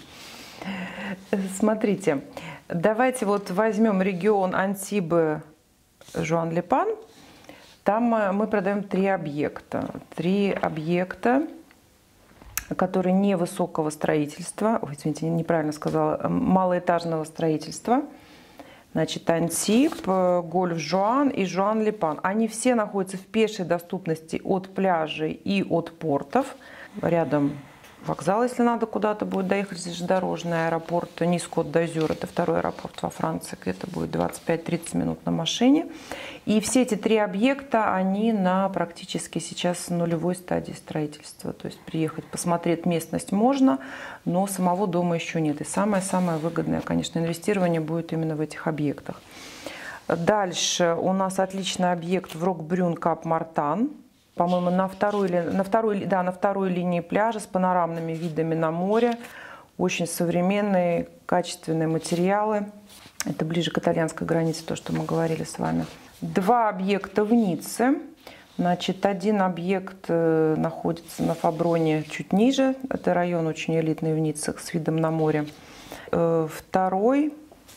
Смотрите, давайте вот возьмем регион Антибы, Жуан-Ле-Пан. Там мы продаем 3 объекта. 3 объекта, которые невысокого строительства, извините, неправильно сказала, малоэтажного строительства. Значит, Антиб, Гольф-Жуан и Жуан-Ле-Пан. Они все находятся в пешей доступности от пляжей и от портов. Рядом вокзал, если надо куда-то будет доехать, железнодорожный аэропорт Низ-Кот-д'Азюр, это 2-й аэропорт во Франции, где-то будет 25-30 минут на машине. И все эти 3 объекта, они на практически сейчас нулевой стадии строительства. То есть приехать, посмотреть местность можно, но самого дома еще нет. И самое-самое выгодное, конечно, инвестирование будет именно в этих объектах. Дальше у нас отличный объект в Рок-Брюн-Кап-Мартан. По-моему, на второй линии пляжа с панорамными видами на море. Очень современные, качественные материалы. Это ближе к итальянской границе, то, что мы говорили с вами. 2 объекта в Ницце. Значит, один объект находится на Фаброне чуть ниже. Это район очень элитный в Ницце с видом на море. Второй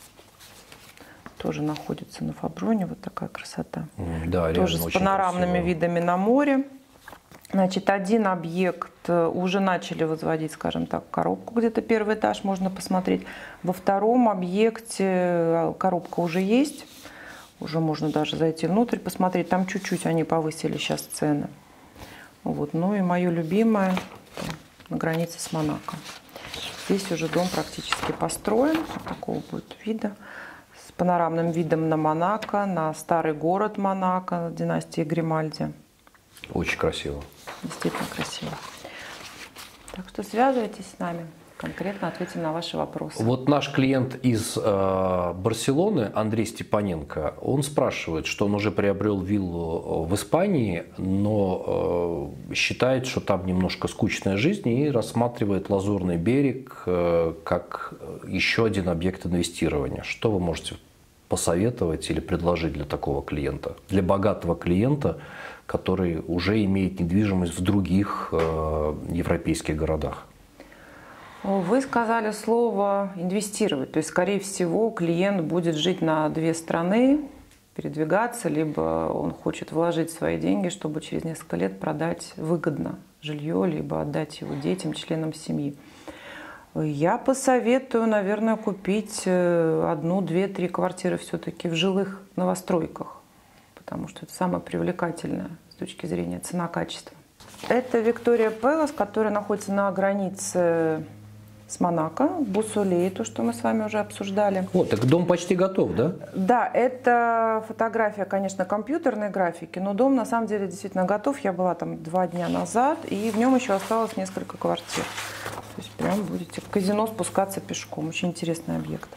тоже находится на Фаброне. Вот такая красота. Да, тоже с панорамными видами на море. Значит, один объект уже начали возводить, скажем так, коробку, где-то первый этаж можно посмотреть. Во втором объекте коробка уже есть. Уже можно даже зайти внутрь, посмотреть. Там чуть-чуть они повысили сейчас цены. Вот. Ну и мое любимое на границе с Монако. Здесь уже дом практически построен. Вот такого будет вида. С панорамным видом на Монако, на старый город Монако, династии Гримальди. Очень красиво. Действительно красиво. Так что связывайтесь с нами. Конкретно ответим на ваши вопросы. Вот наш клиент из Барселоны, Андрей Степаненко, он спрашивает, что он уже приобрел виллу в Испании, но считает, что там немножко скучная жизнь и рассматривает Лазурный берег как еще один объект инвестирования. Что вы можете посоветовать или предложить для такого клиента, для богатого клиента, который уже имеет недвижимость в других европейских городах? Вы сказали слово «инвестировать». То есть, скорее всего, клиент будет жить на 2 страны, передвигаться, либо он хочет вложить свои деньги, чтобы через несколько лет продать выгодно жилье, либо отдать его детям, членам семьи. Я посоветую, наверное, купить 1, 2, 3 квартиры все-таки в жилых новостройках, потому что это самое привлекательное с точки зрения цена-качество. Это Виктория Пэлас, которая находится на границе с Монако, Бусолей, то, что мы с вами уже обсуждали. Вот, так дом почти готов, да? Да, это фотография, конечно, компьютерной графики, но дом на самом деле действительно готов. Я была там 2 дня назад, и в нем еще осталось несколько квартир. То есть прям будете в казино спускаться пешком. Очень интересный объект.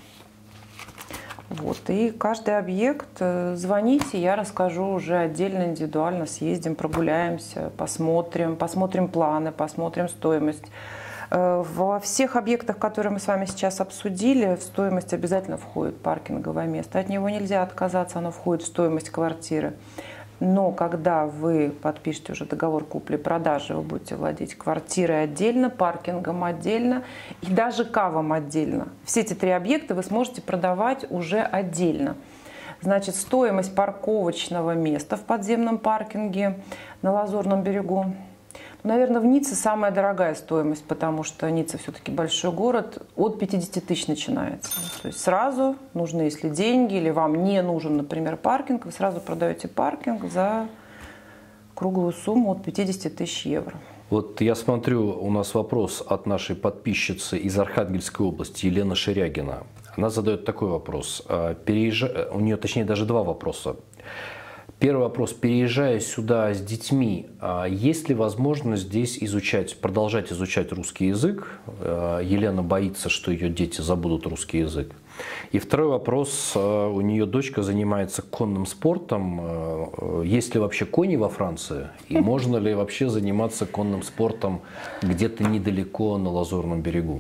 Вот. И каждый объект звоните, я расскажу уже отдельно, индивидуально, съездим, прогуляемся, посмотрим планы, посмотрим стоимость. Во всех объектах, которые мы с вами сейчас обсудили, в стоимость обязательно входит паркинговое место. От него нельзя отказаться, оно входит в стоимость квартиры. Но когда вы подпишете уже договор купли-продажи, вы будете владеть квартирой отдельно, паркингом отдельно и даже кавом отдельно. Все эти 3 объекта вы сможете продавать уже отдельно. Значит, стоимость парковочного места в подземном паркинге на Лазурном берегу. Наверное, в Ницце самая дорогая стоимость, потому что Ницца все-таки большой город, от 50 тысяч начинается. То есть сразу нужны, если деньги, или вам не нужен, например, паркинг, вы сразу продаете паркинг за круглую сумму от 50 тысяч евро. Вот я смотрю, у нас вопрос от нашей подписчицы из Архангельской области, Елены Ширягина. Она задает такой вопрос. У нее, точнее, даже 2 вопроса. Первый вопрос. Переезжая сюда с детьми, есть ли возможность здесь продолжать изучать русский язык? Елена боится, что ее дети забудут русский язык. И второй вопрос. У нее дочка занимается конным спортом. Есть ли вообще кони во Франции? И можно ли вообще заниматься конным спортом где-то недалеко на Лазурном берегу?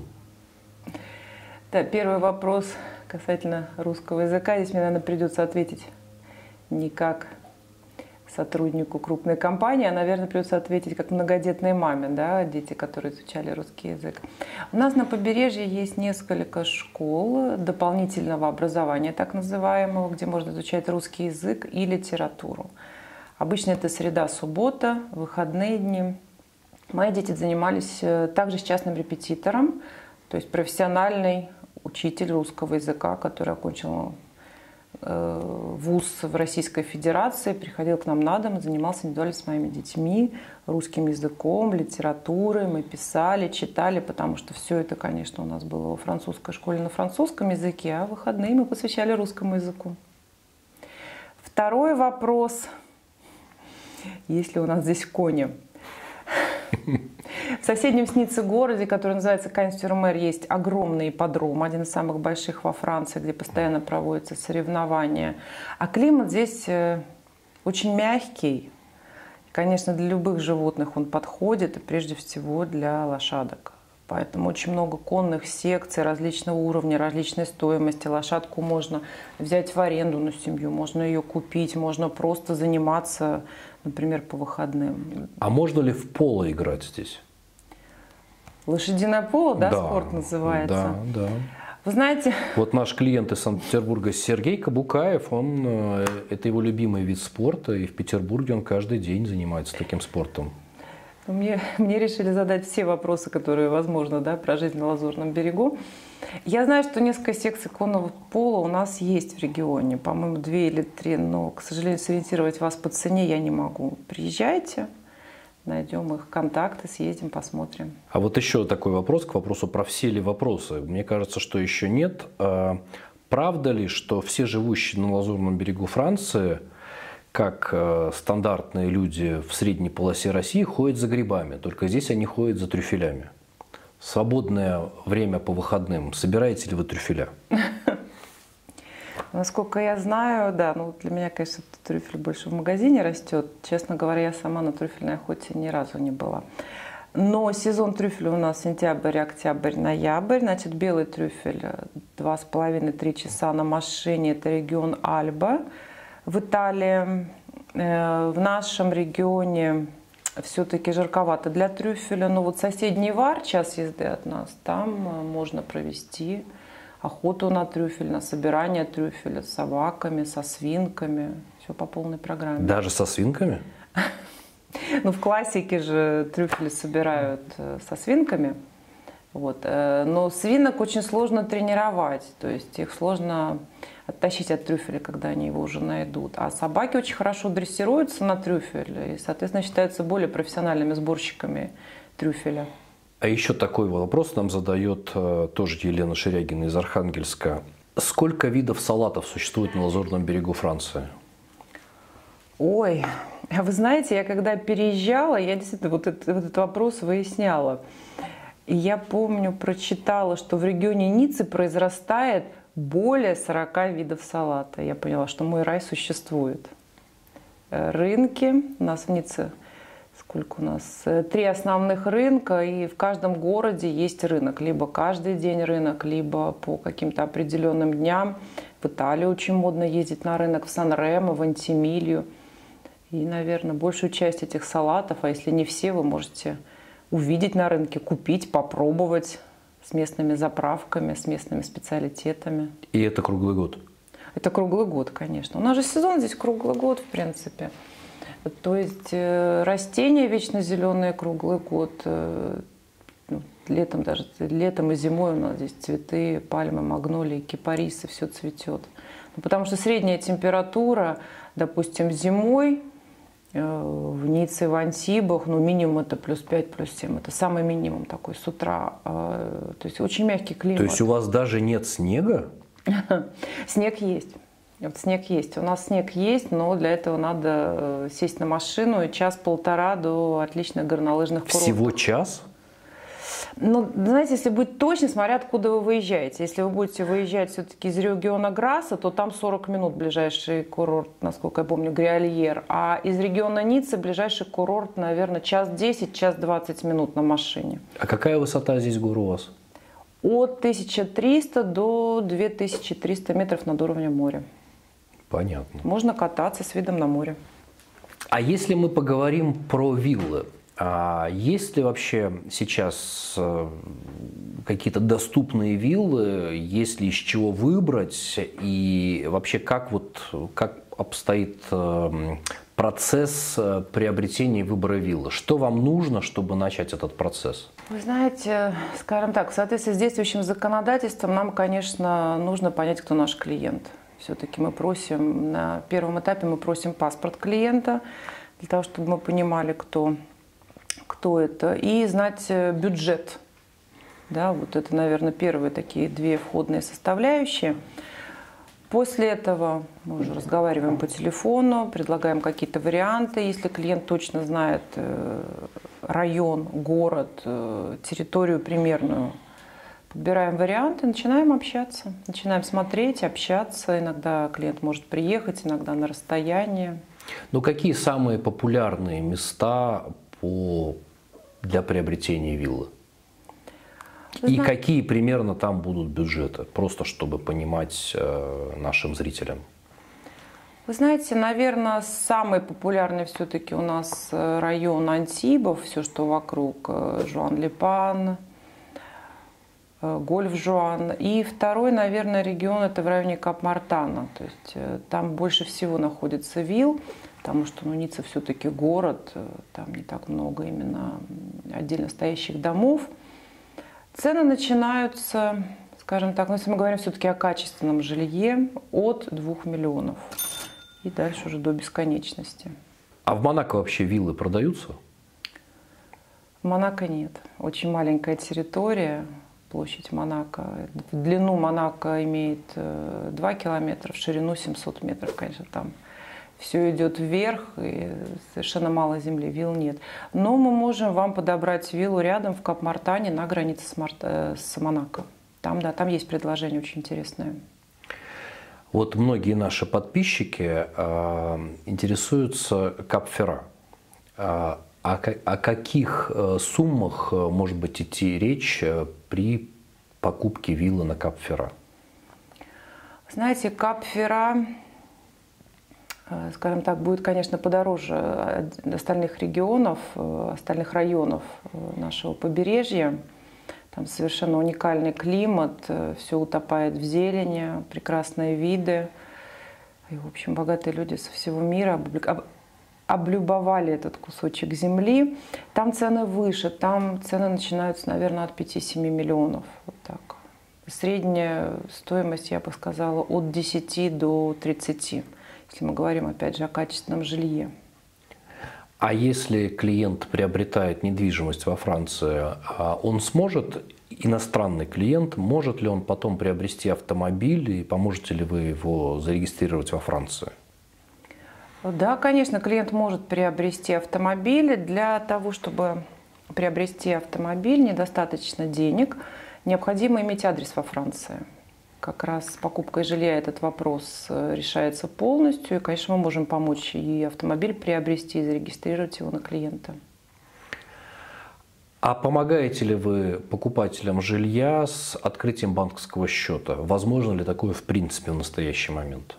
Да, первый вопрос касательно русского языка. Здесь мне, наверное, придется ответить не как сотруднику крупной компании, а, наверное, придется ответить как многодетной маме, да, дети, которые изучали русский язык. У нас на побережье есть несколько школ дополнительного образования, так называемого, где можно изучать русский язык и литературу. Обычно это среда, суббота, выходные дни. Мои дети занимались также с частным репетитором, то есть профессиональный учитель русского языка, который окончил вуз в Российской Федерации, приходил к нам на дом, занимался индивидуально с моими детьми русским языком, литературой. Мы писали, читали, потому что все это, конечно, у нас было во французской школе на французском языке, а выходные мы посвящали русскому языку. Второй вопрос. Есть ли у нас здесь кони? В соседнем с Ниццей городе, который называется Кань-сюр-Мер, есть огромный ипподром, один из самых больших во Франции, где постоянно проводятся соревнования. А климат здесь очень мягкий. Конечно, для любых животных он подходит, и прежде всего для лошадок. Поэтому очень много конных секций различного уровня, различной стоимости. Лошадку можно взять в аренду на семью, можно ее купить, можно просто заниматься, например, по выходным. А можно ли в поло играть здесь? Лошадиное поло, да, спорт называется? Да, да. Вы знаете... Вот наш клиент из Санкт-Петербурга Сергей Кабукаев, это его любимый вид спорта, и в Петербурге он каждый день занимается таким спортом. Мне решили задать все вопросы, которые возможно, да, про жизнь на Лазурном берегу. Я знаю, что несколько секций конного пола у нас есть в регионе, по-моему, 2 или 3, но, к сожалению, сориентировать вас по цене я не могу. Приезжайте, найдем их контакты, съездим, посмотрим. А вот еще такой вопрос, к вопросу про все ли вопросы. Мне кажется, что еще нет. Правда ли, что все живущие на Лазурном берегу Франции, как стандартные люди в средней полосе России, ходят за грибами, только здесь они ходят за трюфелями? Свободное время по выходным. Собираете ли вы трюфеля? Насколько я знаю, да, ну для меня, конечно, трюфель больше в магазине растет. Честно говоря, я сама на трюфельной охоте ни разу не была. Но сезон трюфеля у нас сентябрь, октябрь, ноябрь. Значит, белый трюфель 2,5-3 часа на машине. Это регион Альба в Италии. В нашем регионе все-таки жарковато для трюфеля. Но вот соседний Вар, час езды от нас, там можно провести охоту на трюфель, на собирание трюфеля с собаками, со свинками. Все по полной программе. Даже со свинками? Ну, в классике же трюфели собирают со свинками. Вот. Но свинок очень сложно тренировать. То есть их сложно оттащить от трюфеля, когда они его уже найдут. А собаки очень хорошо дрессируются на трюфель и, соответственно, считаются более профессиональными сборщиками трюфеля. А еще такой вопрос нам задает тоже Елена Ширягина из Архангельска. Сколько видов салатов существует на Лазурном берегу Франции? Ой, вы знаете, я когда переезжала, я действительно вот этот вопрос выясняла. И я помню, прочитала, что в регионе Ниццы произрастает более 40 видов салата. Я поняла, что мой рай существует. Рынки у нас в Ницце. Сколько у нас? 3 основных рынка, и в каждом городе есть рынок. Либо каждый день рынок, либо по каким-то определенным дням. В Италии очень модно ездить на рынок, в Сан-Ремо, в Антимилью. И, наверное, большую часть этих салатов, а если не все, вы можете увидеть на рынке, купить, попробовать с местными заправками, с местными специалитетами. И это круглый год? Это круглый год, конечно. У нас же сезон здесь круглый год, в принципе. То есть растения вечно зеленые круглый год. Летом даже, летом и зимой у нас здесь цветы, пальмы, магнолии, кипарисы, все цветет. Потому что средняя температура, допустим, зимой в Ницце, в Антибах, ну, минимум это +5, +7. Это самый минимум такой с утра. То есть очень мягкий климат. То есть у вас даже нет снега? Снег есть. Вот снег есть. У нас снег есть, но для этого надо сесть на машину и час-полтора до отличных горнолыжных курортов. Всего час? Ну, знаете, если быть точно, смотря откуда вы выезжаете. Если вы будете выезжать все-таки из региона Грасса, то там 40 минут ближайший курорт, насколько я помню, Гриальер. А из региона Ниццы ближайший курорт, наверное, час 10, час 20 минут на машине. А какая высота здесь гор у вас? От 1300 до 2300 метров над уровнем моря. Понятно. Можно кататься с видом на море. А если мы поговорим про виллы, есть ли вообще сейчас какие-то доступные виллы, есть ли из чего выбрать, и вообще как обстоит процесс приобретения и выбора виллы? Что вам нужно, чтобы начать этот процесс? Вы знаете, скажем так, в соответствии с действующим законодательством нам, конечно, нужно понять, кто наш клиент. Все-таки мы просим, на первом этапе мы просим паспорт клиента, для того, чтобы мы понимали, кто это, и знать бюджет. Да, вот это, наверное, первые такие 2 входные составляющие. После этого мы уже разговариваем по телефону, предлагаем какие-то варианты. Если клиент точно знает район, город, территорию примерную, подбираем варианты, начинаем общаться, начинаем смотреть, общаться. Иногда клиент может приехать, иногда на расстоянии. Ну, какие самые популярные места для приобретения виллы? И какие примерно там будут бюджеты? Просто чтобы понимать нашим зрителям. Вы знаете, наверное, самый популярный все-таки у нас район Антибов, все, что вокруг, Жуан-Ле-Пан, Гольф-Жуан. И второй, наверное, регион это в районе Кап-Мартана. То есть там больше всего находится вилл, потому что Ницца все-таки город, там не так много именно отдельно стоящих домов. Цены начинаются, скажем так, если мы говорим все-таки о качественном жилье, от 2 миллионов и дальше уже до бесконечности. А в Монако вообще виллы продаются? В Монако нет. Очень маленькая территория, площадь Монако. В длину Монако имеет 2 километра, в ширину 700 метров, конечно, там все идет вверх, и совершенно мало земли, вилл нет. Но мы можем вам подобрать виллу рядом в Кап-Мартане на границе с Монако. Там, да, там есть предложение очень интересное. Вот многие наши подписчики интересуются Кап-Ферра. О каких суммах может быть идти речь при покупке виллы на Кап-Ферра? Знаете, Кап-Ферра, скажем так, будет, конечно, подороже остальных регионов, остальных районов нашего побережья. Там совершенно уникальный климат, все утопает в зелени, прекрасные виды. И, в общем, богатые люди со всего мира облюбовали этот кусочек земли. Там цены выше, там цены начинаются, наверное, от 5-7 миллионов. Вот так. Средняя стоимость, я бы сказала, от 10 до 30, если мы говорим, опять же, о качественном жилье. А если клиент приобретает недвижимость во Франции, он сможет, иностранный клиент, может ли он потом приобрести автомобиль и поможете ли вы его зарегистрировать во Франции? Да, конечно, клиент может приобрести автомобиль. Для того, чтобы приобрести автомобиль, недостаточно денег, необходимо иметь адрес во Франции. Как раз с покупкой жилья этот вопрос решается полностью. И, конечно, мы можем помочь и автомобиль приобрести, и зарегистрировать его на клиента. А помогаете ли вы покупателям жилья с открытием банковского счета? Возможно ли такое в принципе в настоящий момент?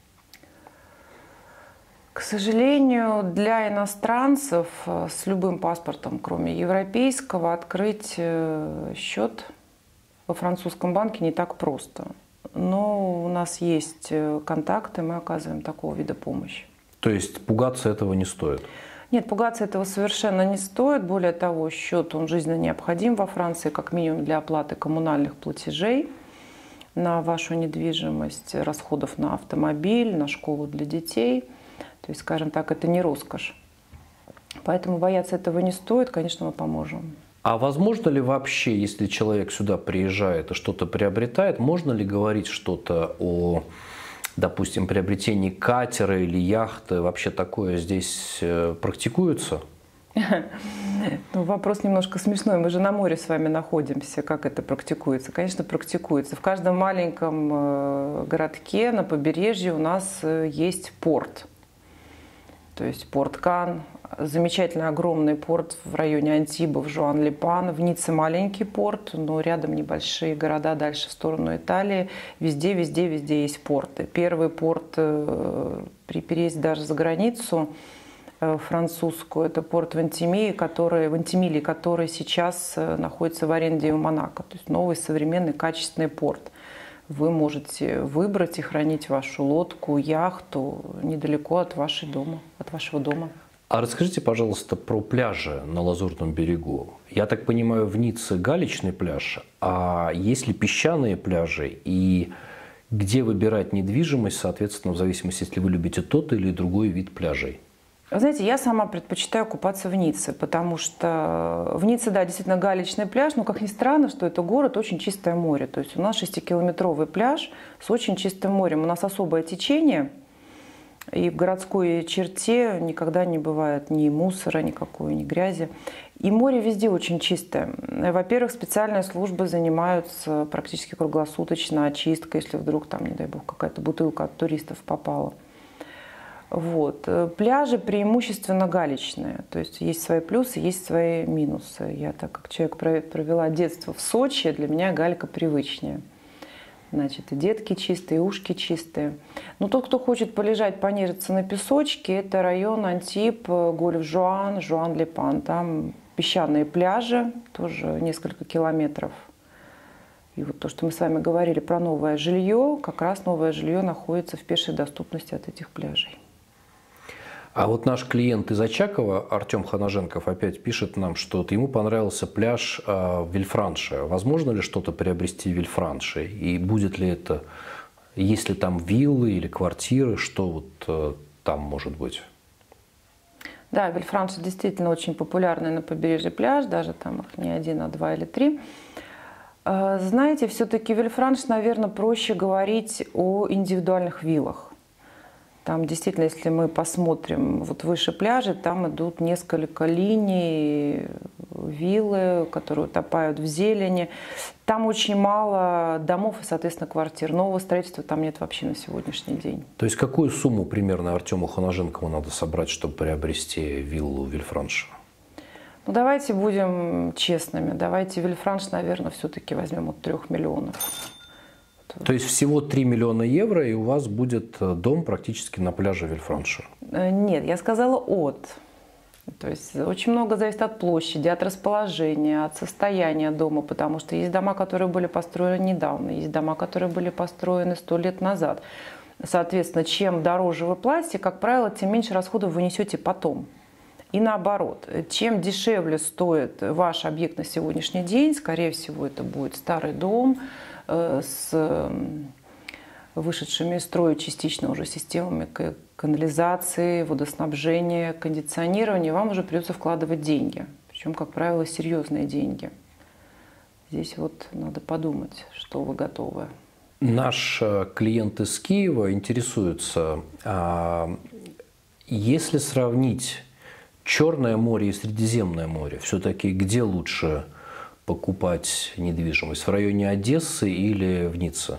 К сожалению, для иностранцев с любым паспортом, кроме европейского, открыть счет во французском банке не так просто. Но у нас есть контакты, мы оказываем такого вида помощь. То есть пугаться этого не стоит? Нет, пугаться этого совершенно не стоит. Более того, счет он жизненно необходим во Франции, как минимум для оплаты коммунальных платежей на вашу недвижимость, расходов на автомобиль, на школу для детей. То есть, скажем так, это не роскошь. Поэтому бояться этого не стоит, конечно, мы поможем. А возможно ли вообще, если человек сюда приезжает и что-то приобретает, можно ли говорить что-то о, допустим, приобретении катера или яхты? Вообще такое здесь практикуется? Ну, вопрос немножко смешной. Мы же на море с вами находимся. Как это практикуется? Конечно, практикуется. В каждом маленьком городке на побережье у нас есть порт. То есть порт Кан, замечательный огромный порт в районе Антибов, Жуан-Ле-Пан. В Ницце маленький порт, но рядом небольшие города дальше в сторону Италии. Везде есть порты. Первый порт при переезде даже за границу французскую, это порт Вентимилии, который сейчас находится в аренде у Монако. То есть новый, современный, качественный порт. Вы можете выбрать и хранить вашу лодку, яхту недалеко от вашего дома. А расскажите, пожалуйста, про пляжи на Лазурном берегу. Я так понимаю, в Ницце галечный пляж, а есть ли песчаные пляжи? И где выбирать недвижимость, соответственно, в зависимости, если вы любите тот или другой вид пляжей? Вы знаете, я сама предпочитаю купаться в Ницце, потому что в Ницце, да, действительно галечный пляж, но, как ни странно, что это город, очень чистое море. То есть у нас 6-километровый пляж с очень чистым морем. У нас особое течение, и в городской черте никогда не бывает ни мусора никакой, ни грязи. И море везде очень чистое. Во-первых, специальные службы занимаются практически круглосуточно очисткой, если вдруг там, не дай бог, какая-то бутылка от туристов попала. Вот. Пляжи преимущественно галечные, то есть есть свои плюсы, есть свои минусы. Я, так как человек провела детство в Сочи, для меня галька привычнее. Значит, и детки чистые, и ушки чистые. Но тот, кто хочет полежать, понежиться на песочке, это район Антиб, Гольф-Жуан, Жуан-Ле-Пан. Там песчаные пляжи, тоже несколько километров. И вот то, что мы с вами говорили про новое жилье, как раз новое жилье находится в пешей доступности от этих пляжей. А вот наш клиент из Очакова, Артем Ханаженков, опять пишет нам, что ему понравился пляж в Вильфранше. Возможно ли что-то приобрести в Вильфранше? И будет ли это, есть ли там виллы или квартиры, что вот там может быть? Да, Вильфранше действительно очень популярный на побережье пляж, даже там их не один, а 2 или 3. Знаете, все-таки Вильфранш, наверное, проще говорить о индивидуальных виллах. Там действительно, если мы посмотрим вот выше пляжа, там идут несколько линий, виллы, которые утопают в зелени. Там очень мало домов и, соответственно, квартир. Нового строительства там нет вообще на сегодняшний день. То есть какую сумму примерно Артему Ханаженкову надо собрать, чтобы приобрести виллу в Вильфранше? Ну, давайте будем честными. Давайте Вильфранш, наверное, все-таки возьмем от 3 миллионов. То есть всего 3 миллиона евро, и у вас будет дом практически на пляже Вильфранша? Нет, я сказала от. То есть очень много зависит от площади, от расположения, от состояния дома, потому что есть дома, которые были построены недавно, есть дома, которые были построены 100 лет назад. Соответственно, чем дороже вы платите, как правило, тем меньше расходов вы несете потом. И наоборот, чем дешевле стоит ваш объект на сегодняшний день, скорее всего, это будет старый дом с вышедшими из строя частично уже системами канализации, водоснабжения, кондиционирования, вам уже придется вкладывать деньги. Причем, как правило, серьезные деньги. Здесь вот надо подумать, что вы готовы. Наш клиент из Киева интересуется, если сравнить Черное море и Средиземное море, все-таки где лучше покупать недвижимость? В районе Одессы или в Ницце?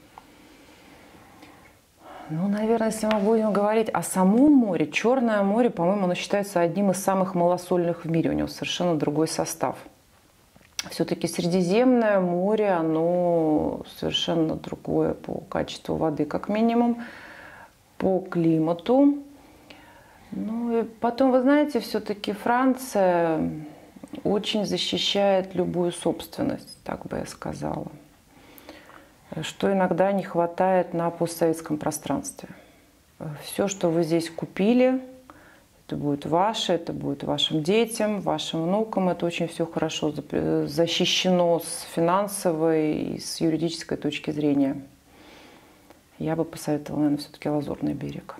Ну, наверное, если мы будем говорить о самом море, Черное море, по-моему, оно считается одним из самых малосольных в мире. У него совершенно другой состав. Все-таки Средиземное море, оно совершенно другое по качеству воды, как минимум, по климату. Ну и потом, вы знаете, все-таки Франция очень защищает любую собственность, так бы я сказала, что иногда не хватает на постсоветском пространстве. Все, что вы здесь купили, это будет ваше, это будет вашим детям, вашим внукам. Это очень все хорошо защищено с финансовой и с юридической точки зрения. Я бы посоветовала, наверное, все-таки Лазурный берег.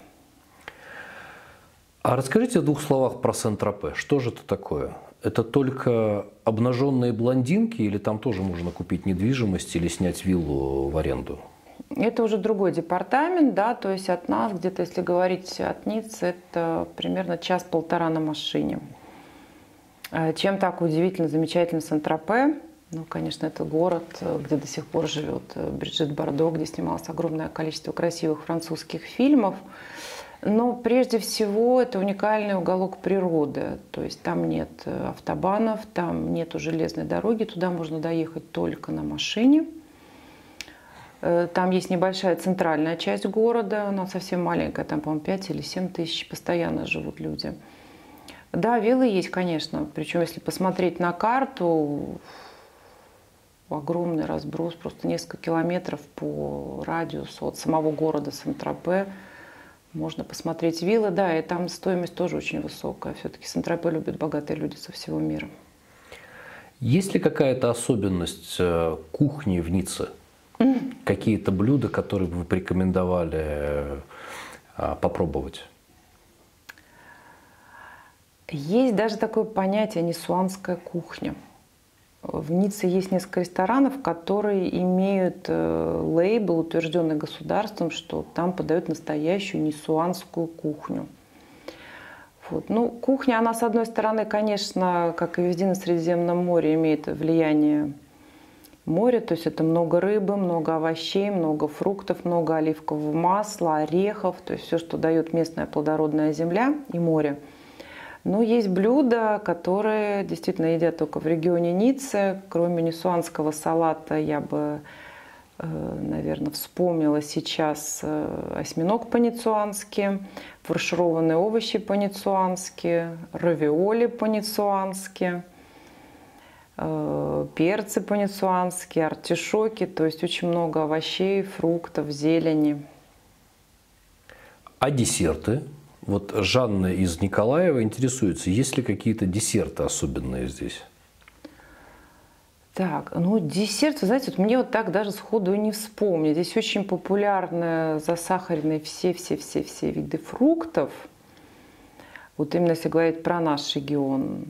А расскажите в двух словах про Сен-Тропе. Что же это такое? Это только обнаженные блондинки или там тоже можно купить недвижимость или снять виллу в аренду? Это уже другой департамент, да, то есть от нас, где-то, если говорить от Ниццы, это примерно час-полтора на машине. Чем так удивительно, замечательно Сен-Тропе? Ну, конечно, это город, где до сих пор живет Бриджит Бардо, где снималось огромное количество красивых французских фильмов. Но прежде всего это уникальный уголок природы. То есть там нет автобанов, там нету железной дороги, туда можно доехать только на машине. Там есть небольшая центральная часть города, она совсем маленькая, там, по-моему, 5 или 7 тысяч постоянно живут люди. Да, виллы есть, конечно, причем если посмотреть на карту, огромный разброс, просто несколько километров по радиусу от самого города Сен-Тропе. Можно посмотреть виллы, да, и там стоимость тоже очень высокая. Все-таки Сен-Тропе любят богатые люди со всего мира. Есть ли какая-то особенность кухни в Ницце? Какие-то блюда, которые бы вы порекомендовали попробовать? Есть даже такое понятие «ниссуанская кухня». В Ницце есть несколько ресторанов, которые имеют лейбл, утвержденный государством, что там подают настоящую ниссуанскую кухню. Вот. Ну, кухня, она, с одной стороны, конечно, как и везде на Средиземном море, имеет влияние моря, то есть это много рыбы, много овощей, много фруктов, много оливкового масла, орехов, то есть все, что дает местная плодородная земля и море. Но есть блюда, которые действительно едят только в регионе Ниццы. Кроме ниссуанского салата я бы, наверное, вспомнила сейчас осьминог по-ницуански, фаршированные овощи по-ницуански, равиоли по-ницуански, перцы по-ницуански, артишоки. То есть очень много овощей, фруктов, зелени. А десерты? Вот Жанна из Николаева интересуется, есть ли какие-то десерты особенные здесь? Так, ну десерт, вы знаете, вот мне вот так даже сходу и не вспомнить. Здесь очень популярны засахаренные все виды фруктов. Вот именно если говорить про наш регион,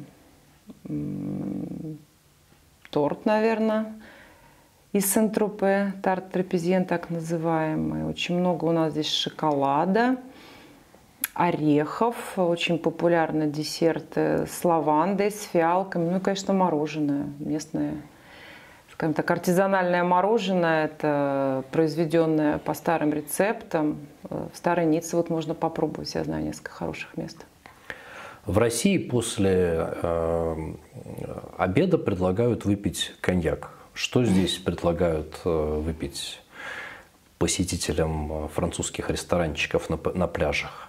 торт, наверное, из Сен-Тропе, тарт трапезиен так называемый. Очень много у нас здесь шоколада, орехов, очень популярны десерты с лавандой, с фиалками, ну и, конечно, мороженое местное. Скажем так, артизанальное мороженое, это произведенное по старым рецептам. В Старой Ницце вот можно попробовать, я знаю несколько хороших мест. В России после обеда предлагают выпить коньяк. Что здесь предлагают выпить посетителям французских ресторанчиков на пляжах?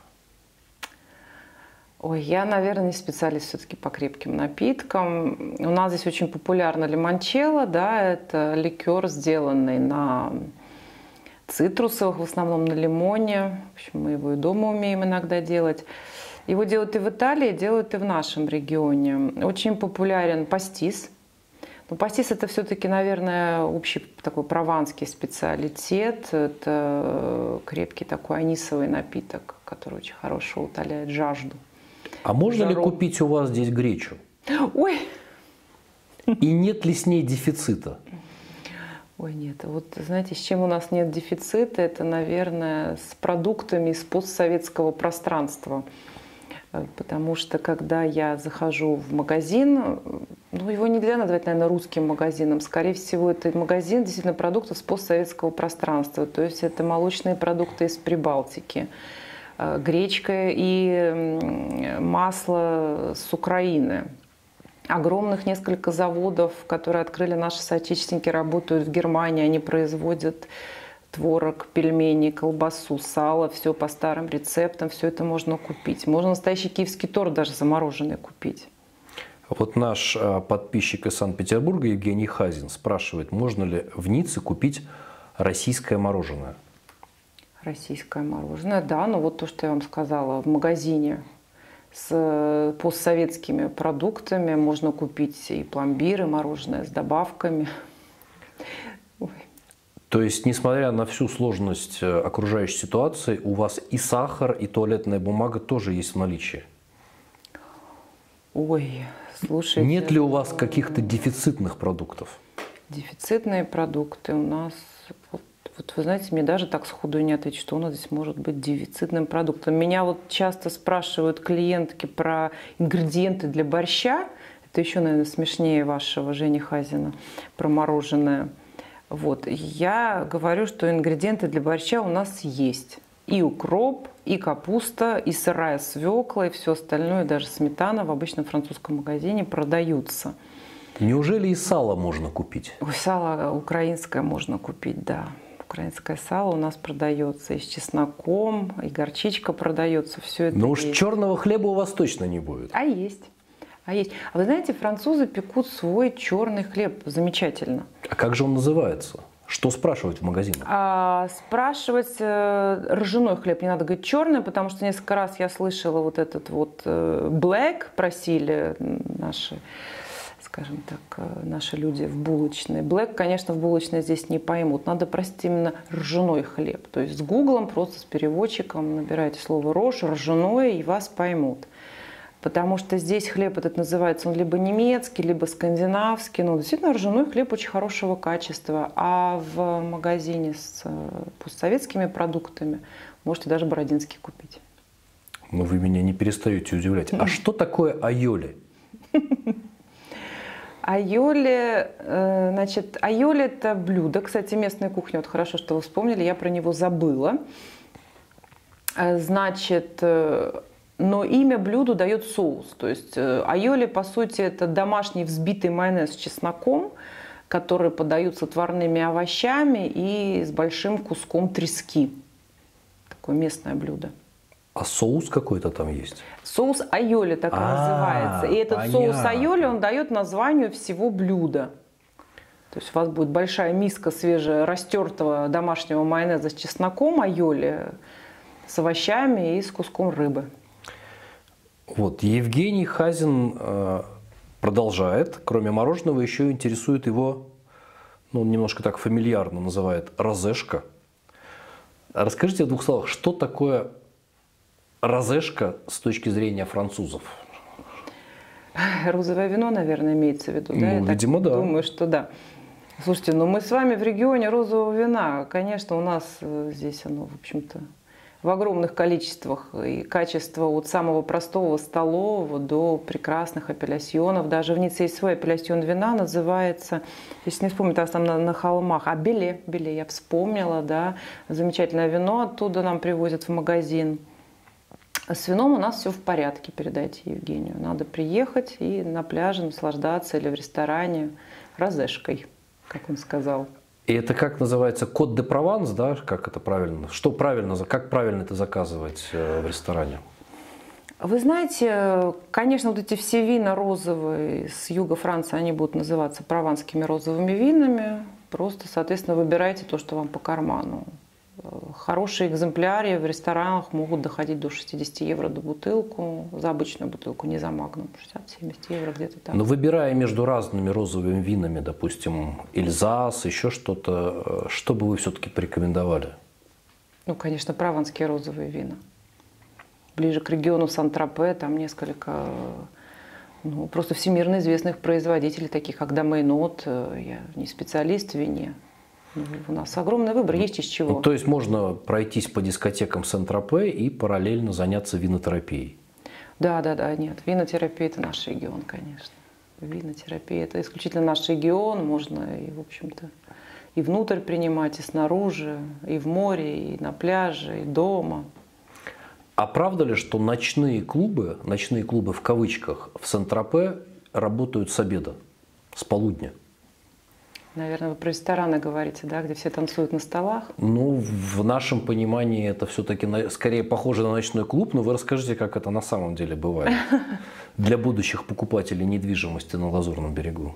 Ой, я, наверное, не специалист все-таки по крепким напиткам. У нас здесь очень популярна лимончелло, да, это ликер, сделанный на цитрусовых, в основном на лимоне. В общем, мы его и дома умеем иногда делать. Его делают и в Италии, делают и в нашем регионе. Очень популярен пастис. Ну, пастис это все-таки, наверное, общий такой прованский специалитет. Это крепкий такой анисовый напиток, который очень хорошо утоляет жажду. А можно ли купить у вас здесь гречу? Ой! И нет ли с ней дефицита? Ой, нет. Вот знаете, с чем у нас нет дефицита, это, наверное, с продуктами из постсоветского пространства. Потому что, когда я захожу в магазин, ну, его нельзя назвать, наверное, русским магазином. Скорее всего, это магазин действительно продуктов с постсоветского пространства. То есть это молочные продукты из Прибалтики, гречка и масло с Украины. Огромных несколько заводов, которые открыли наши соотечественники, работают в Германии. Они производят творог, пельмени, колбасу, сало, все по старым рецептам, все это можно купить. Можно настоящий киевский торт даже замороженный купить. Вот наш подписчик из Санкт-Петербурга Евгений Хазин спрашивает, можно ли в Ницце купить российское мороженое? Российское мороженое, да, но вот то, что я вам сказала, в магазине с постсоветскими продуктами можно купить и пломбир, и мороженое с добавками. Ой. То есть, несмотря на всю сложность окружающей ситуации, у вас и сахар, и туалетная бумага тоже есть в наличии? Ой, слушайте. Нет ли у вас каких-то дефицитных продуктов? Дефицитные продукты у нас... Вот вы знаете, мне даже так сходу не ответить, что у нас здесь может быть дефицитным продуктом. Меня вот часто спрашивают клиентки про ингредиенты для борща. Это еще, наверное, смешнее вашего Жени Хазина про мороженое. Вот. Я говорю, что ингредиенты для борща у нас есть. И укроп, и капуста, и сырая свекла, и все остальное, даже сметана в обычном французском магазине продаются. Неужели и сало можно купить? Ой, сало украинское можно купить, да. Украинское сало у нас продается и с чесноком, и горчичка продается, все это. Но уж есть. черного хлеба у вас точно не будет. А есть. А есть. А вы знаете, французы пекут свой черный хлеб замечательно. А как же он называется? Что спрашивать в магазинах? Спрашивать ржаной хлеб, не надо говорить черный, потому что несколько раз я слышала вот этот вот black просили наши, скажем так, наши люди в булочной. Black, конечно, в булочной здесь не поймут. Надо просить именно ржаной хлеб. То есть с гуглом, просто с переводчиком набираете слово рожь, ржаной, и вас поймут. Потому что здесь хлеб этот называется, он либо немецкий, либо скандинавский. Но действительно ржаной хлеб очень хорошего качества. А в магазине с постсоветскими продуктами можете даже бородинский купить. Но вы меня не перестаете удивлять. А что такое айоли? Айоли, значит, айоли это блюдо. Кстати, местная кухня, вот хорошо, что вы вспомнили, я про него забыла. Значит, но имя блюду дает соус. То есть айоли, по сути, это домашний взбитый майонез с чесноком, который подаются отварными овощами и с большим куском трески. Такое местное блюдо. А соус какой-то там есть? Соус айоли так и называется. И этот соус айоли, он дает названию всего блюда. То есть у вас будет большая миска свежерастертого домашнего майонеза с чесноком айоли, с овощами и с куском рыбы. Вот, Евгений Хазин продолжает. Кроме мороженого еще интересует его, ну, он немножко так фамильярно называет, розешка. Расскажите в двух словах, что такое розешка с точки зрения французов? Розовое вино, наверное, имеется в виду, да? Ну, видимо, да. Думаю, что да. Слушайте, ну мы с вами в регионе розового вина. Конечно, у нас здесь оно, в общем-то, в огромных количествах и качество от самого простого столового до прекрасных апеллясьонов. Даже в Ницце есть свой апеллясьон вина, называется, если не вспомню, там на холмах, Беле, я вспомнила, да, замечательное вино оттуда нам привозят в магазин. С вином у нас все в порядке, передайте Евгению. Надо приехать и на пляже наслаждаться или в ресторане розешкой, как он сказал. И это как называется, кот де Прованс, да? Как это правильно? Что правильно, как правильно это заказывать в ресторане? Вы знаете, конечно, вот эти все вина розовые с юга Франции, они будут называться прованскими розовыми винами. Просто, соответственно, выбирайте то, что вам по карману. Хорошие экземпляры в ресторанах могут доходить до 60 евро за бутылку, за обычную бутылку, не за магнум, 60-70 евро где-то так. Но выбирая между разными розовыми винами, допустим, Эльзас, еще что-то, что бы вы все-таки порекомендовали? Ну, конечно, прованские розовые вина. Ближе к региону Сан-Тропе, там несколько просто всемирно известных производителей, таких как Домейнот. Я не специалист в вине. У нас огромный выбор, есть из чего. То есть можно пройтись по дискотекам Сан-Тропе и параллельно заняться винотерапией? Да, нет, винотерапия – это наш регион, конечно. Винотерапия – это исключительно наш регион, можно и, в общем-то, и внутрь принимать, и снаружи, и в море, и на пляже, и дома. А правда ли, что ночные клубы в кавычках, в Сан-Тропе работают с обеда, с полудня? Наверное, вы про рестораны говорите, да, где все танцуют на столах? Ну, в нашем понимании это все-таки скорее похоже на ночной клуб, но вы расскажите, как это на самом деле бывает для будущих покупателей недвижимости на Лазурном берегу.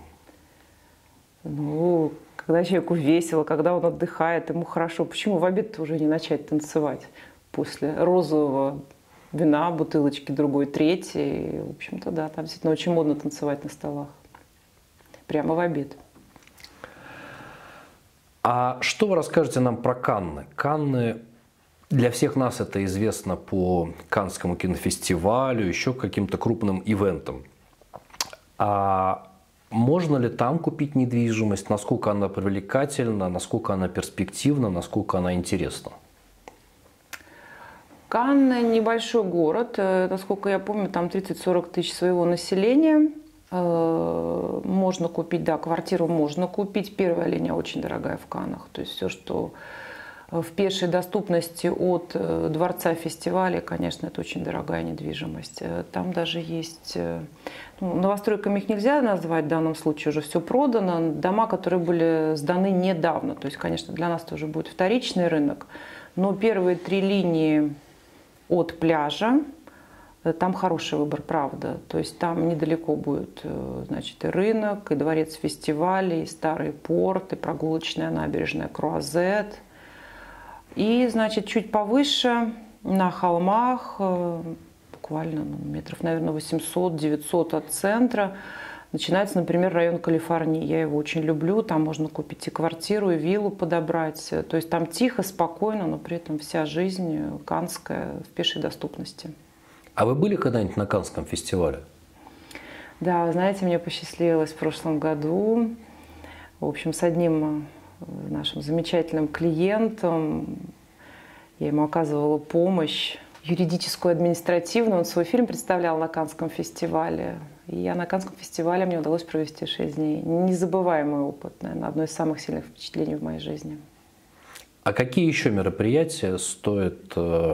Ну, когда человеку весело, когда он отдыхает, ему хорошо. Почему в обед уже не начать танцевать? После розового вина, бутылочки другой, третьей. В общем-то, да, там действительно очень модно танцевать на столах. Прямо в обед. А что вы расскажете нам про Канны? Канны, для всех нас это известно по Каннскому кинофестивалю, еще каким-то крупным ивентам. А можно ли там купить недвижимость? Насколько она привлекательна, насколько она перспективна, насколько она интересна? Канны – небольшой город. Насколько я помню, там 30-40 тысяч своего населения. Можно купить, да, квартиру можно купить. Первая линия очень дорогая в Каннах. То есть все, что в пешей доступности от дворца фестиваля, конечно, это очень дорогая недвижимость. Там даже есть, новостройками их нельзя назвать, в данном случае уже все продано. Дома, которые были сданы недавно. То есть, конечно, для нас тоже будет вторичный рынок. Но первые 3 линии от пляжа, там хороший выбор, правда. То есть там недалеко будет, значит, и рынок, и дворец фестивалей, и старый порт, и прогулочная набережная Круазет. И, значит, чуть повыше, на холмах, буквально метров, наверное, 800-900 от центра, начинается, например, район Калифорнии. Я его очень люблю. Там можно купить и квартиру, и виллу подобрать. То есть там тихо, спокойно, но при этом вся жизнь каннская в пешей доступности. А вы были когда-нибудь на Каннском фестивале? Да, вы знаете, мне посчастливилось в прошлом году, в общем, с одним нашим замечательным клиентом. Я ему оказывала помощь юридическую, административную. Он свой фильм представлял на Каннском фестивале. И я на Каннском фестивале мне удалось провести 6 дней. Незабываемый опыт, наверное, одно из самых сильных впечатлений в моей жизни. А какие еще мероприятия стоит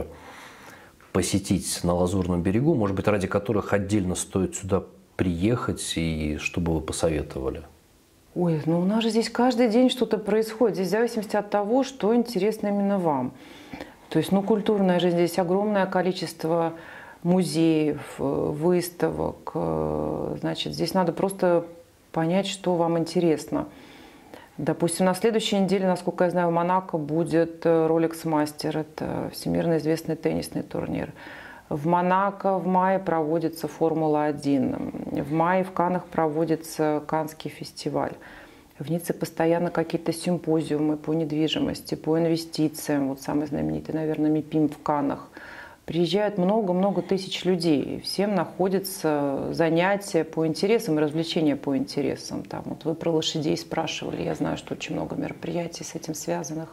посетить на Лазурном берегу, может быть, ради которых отдельно стоит сюда приехать, и что бы вы посоветовали? Ой, у нас же здесь каждый день что-то происходит. Здесь в зависимости от того, что интересно именно вам. То есть, культурная жизнь, здесь огромное количество музеев, выставок. Значит, здесь надо просто понять, что вам интересно. Допустим, на следующей неделе, насколько я знаю, в Монако будет Rolex Master. Это всемирно известный теннисный турнир. В Монако в мае проводится Формула-1. В мае в Каннах проводится Каннский фестиваль. В Ницце постоянно какие-то симпозиумы по недвижимости, по инвестициям. Вот самый знаменитый, наверное, МИПИМ в Каннах. Приезжают много-много тысяч людей. Всем находятся занятия по интересам и развлечения по интересам. Там, вот вы про лошадей спрашивали. Я знаю, что очень много мероприятий с этим связанных.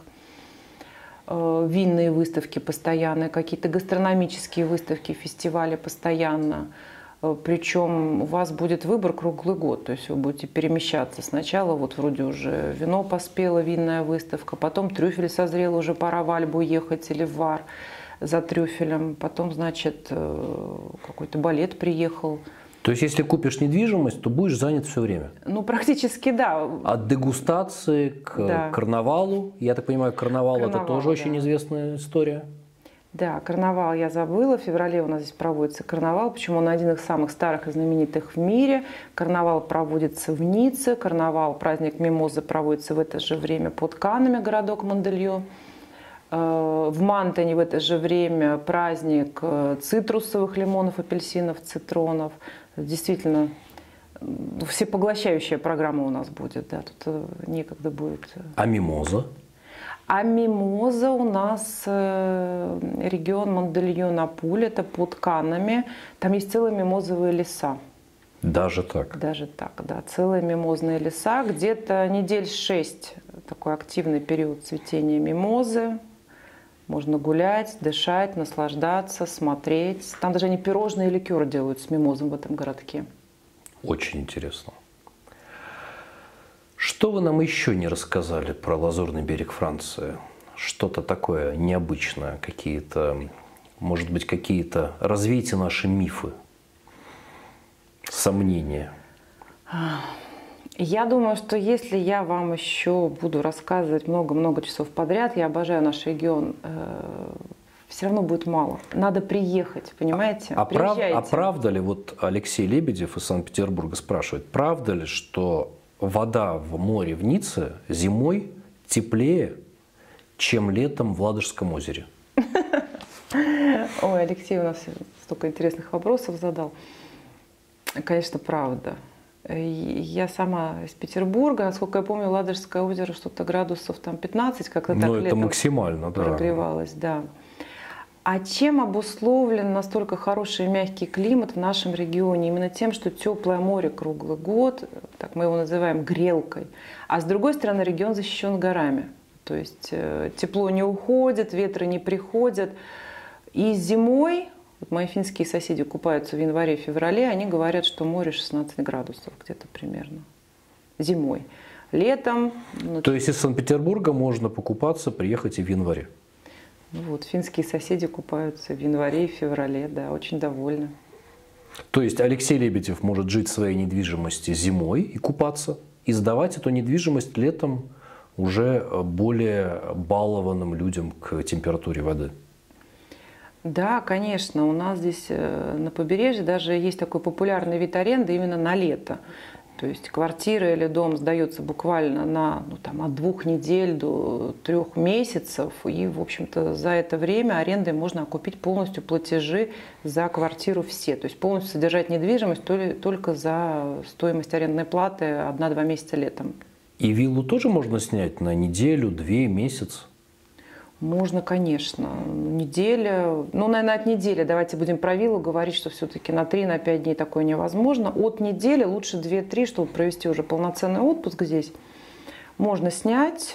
Винные выставки постоянные, какие-то гастрономические выставки, фестивали постоянно. Причем у вас будет выбор круглый год. То есть вы будете перемещаться. Сначала вот вроде уже вино поспело, винная выставка. Потом трюфель созрел, уже пора в Альбу ехать или в Вар за трюфелем. Потом, значит, какой-то балет приехал. То есть, если купишь недвижимость, то будешь занят все время? Практически, да. От дегустации к карнавалу. Я так понимаю, карнавал это тоже очень известная история. Да, карнавал я забыла. В феврале у нас здесь проводится карнавал. Почему он один из самых старых и знаменитых в мире. Карнавал проводится в Ницце. Карнавал, праздник Мимозы проводится в это же время под Каннами, городок Мандельё. В Мантоне в это же время праздник цитрусовых лимонов, апельсинов, цитронов. Действительно, всепоглощающая программа у нас будет. Да, тут некогда будет. А мимоза? А мимоза у нас регион Мондельё-на-Пуль, это под Каннами. Там есть целые мимозовые леса. Даже так? Даже так, да. Целые мимозные леса. Где-то недель 6 такой активный период цветения мимозы. Можно гулять, дышать, наслаждаться, смотреть. Там даже они пирожные и ликеры делают с мимозом в этом городке. Очень интересно. Что вы нам еще не рассказали про Лазурный берег Франции? Что-то такое необычное, какие-то, может быть, какие-то... Развейте наши мифы, сомнения. Я думаю, что если я вам еще буду рассказывать много-много часов подряд, я обожаю наш регион, все равно будет мало. Надо приехать, понимаете? А правда ли, вот Алексей Лебедев из Санкт-Петербурга спрашивает, правда ли, что вода в море в Ницце зимой теплее, чем летом в Ладожском озере? Ой, Алексей у нас столько интересных вопросов задал. Конечно, правда. Я сама из Петербурга, насколько я помню, Ладожское озеро что-то градусов там 15, как-то так летом это максимально, да. Прогревалось, да. А чем обусловлен настолько хороший и мягкий климат в нашем регионе? Именно тем, что теплое море круглый год, так мы его называем грелкой, а с другой стороны регион защищен горами. То есть тепло не уходит, ветры не приходят. И зимой, вот мои финские соседи купаются в январе-феврале, они говорят, что море 16 градусов где-то примерно зимой. Летом... То есть из Санкт-Петербурга можно покупаться, приехать и в январе? Вот, финские соседи купаются в январе и феврале, да, очень довольны. То есть Алексей Лебедев может жить в своей недвижимости зимой и купаться, и сдавать эту недвижимость летом уже более балованным людям к температуре воды? Да, конечно. У нас здесь на побережье даже есть такой популярный вид аренды именно на лето. То есть квартира или дом сдается буквально на от 2 недель до 3 месяцев. И, в общем-то, за это время арендой можно окупить полностью платежи за квартиру все. То есть полностью содержать недвижимость только за стоимость арендной платы 1-2 месяца летом. И виллу тоже можно снять на неделю, 2 месяца? Можно, конечно. Неделя, наверное, от недели. Давайте будем про виллу говорить, что все-таки на 3-5 дней такое невозможно. От недели, лучше 2-3, чтобы провести уже полноценный отпуск здесь. Можно снять,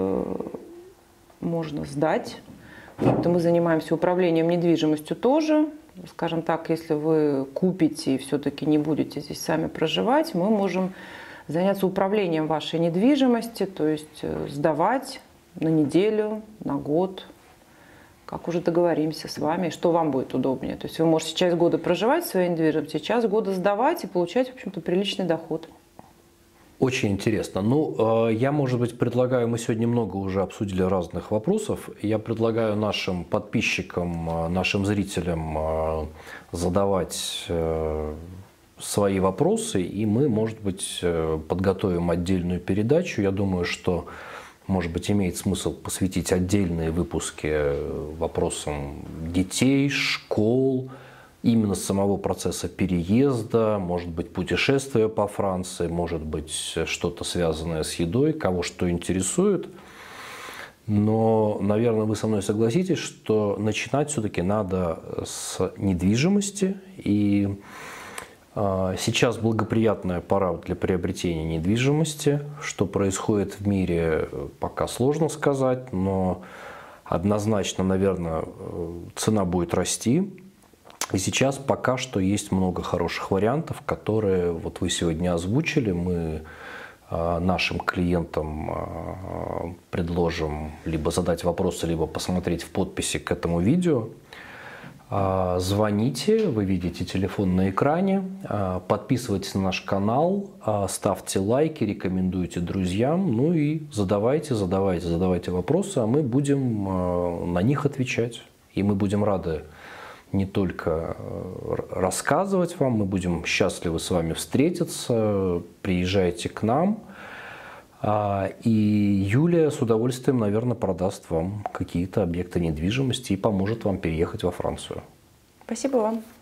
можно сдать. Мы занимаемся управлением недвижимостью тоже. Скажем так, если вы купите и все-таки не будете здесь сами проживать, мы можем заняться управлением вашей недвижимости, то есть сдавать на неделю, на год, как уже договоримся с вами, что вам будет удобнее. То есть вы можете часть года проживать в своей недвижимости, часть года сдавать и получать, в общем-то, приличный доход. Очень интересно. Я, может быть, предлагаю, мы сегодня много уже обсудили разных вопросов, я предлагаю нашим подписчикам, нашим зрителям задавать свои вопросы, и мы, может быть, подготовим отдельную передачу. Я думаю, что может быть, имеет смысл посвятить отдельные выпуски вопросам детей, школ, именно самого процесса переезда, может быть, путешествия по Франции, может быть, что-то связанное с едой, кого что интересует. Но, наверное, вы со мной согласитесь, что начинать все-таки надо с недвижимости. И сейчас благоприятная пора для приобретения недвижимости. Что происходит в мире, пока сложно сказать, но однозначно, наверное, цена будет расти. И сейчас пока что есть много хороших вариантов, которые вот вы сегодня озвучили. Мы нашим клиентам предложим либо задать вопросы, либо посмотреть в подписи к этому видео. Звоните, вы видите телефон на экране, подписывайтесь на наш канал, ставьте лайки, рекомендуйте друзьям, ну и задавайте вопросы, а мы будем на них отвечать. И мы будем рады не только рассказывать вам, мы будем счастливы с вами встретиться, приезжайте к нам. И Юлия с удовольствием, наверное, продаст вам какие-то объекты недвижимости и поможет вам переехать во Францию. Спасибо вам.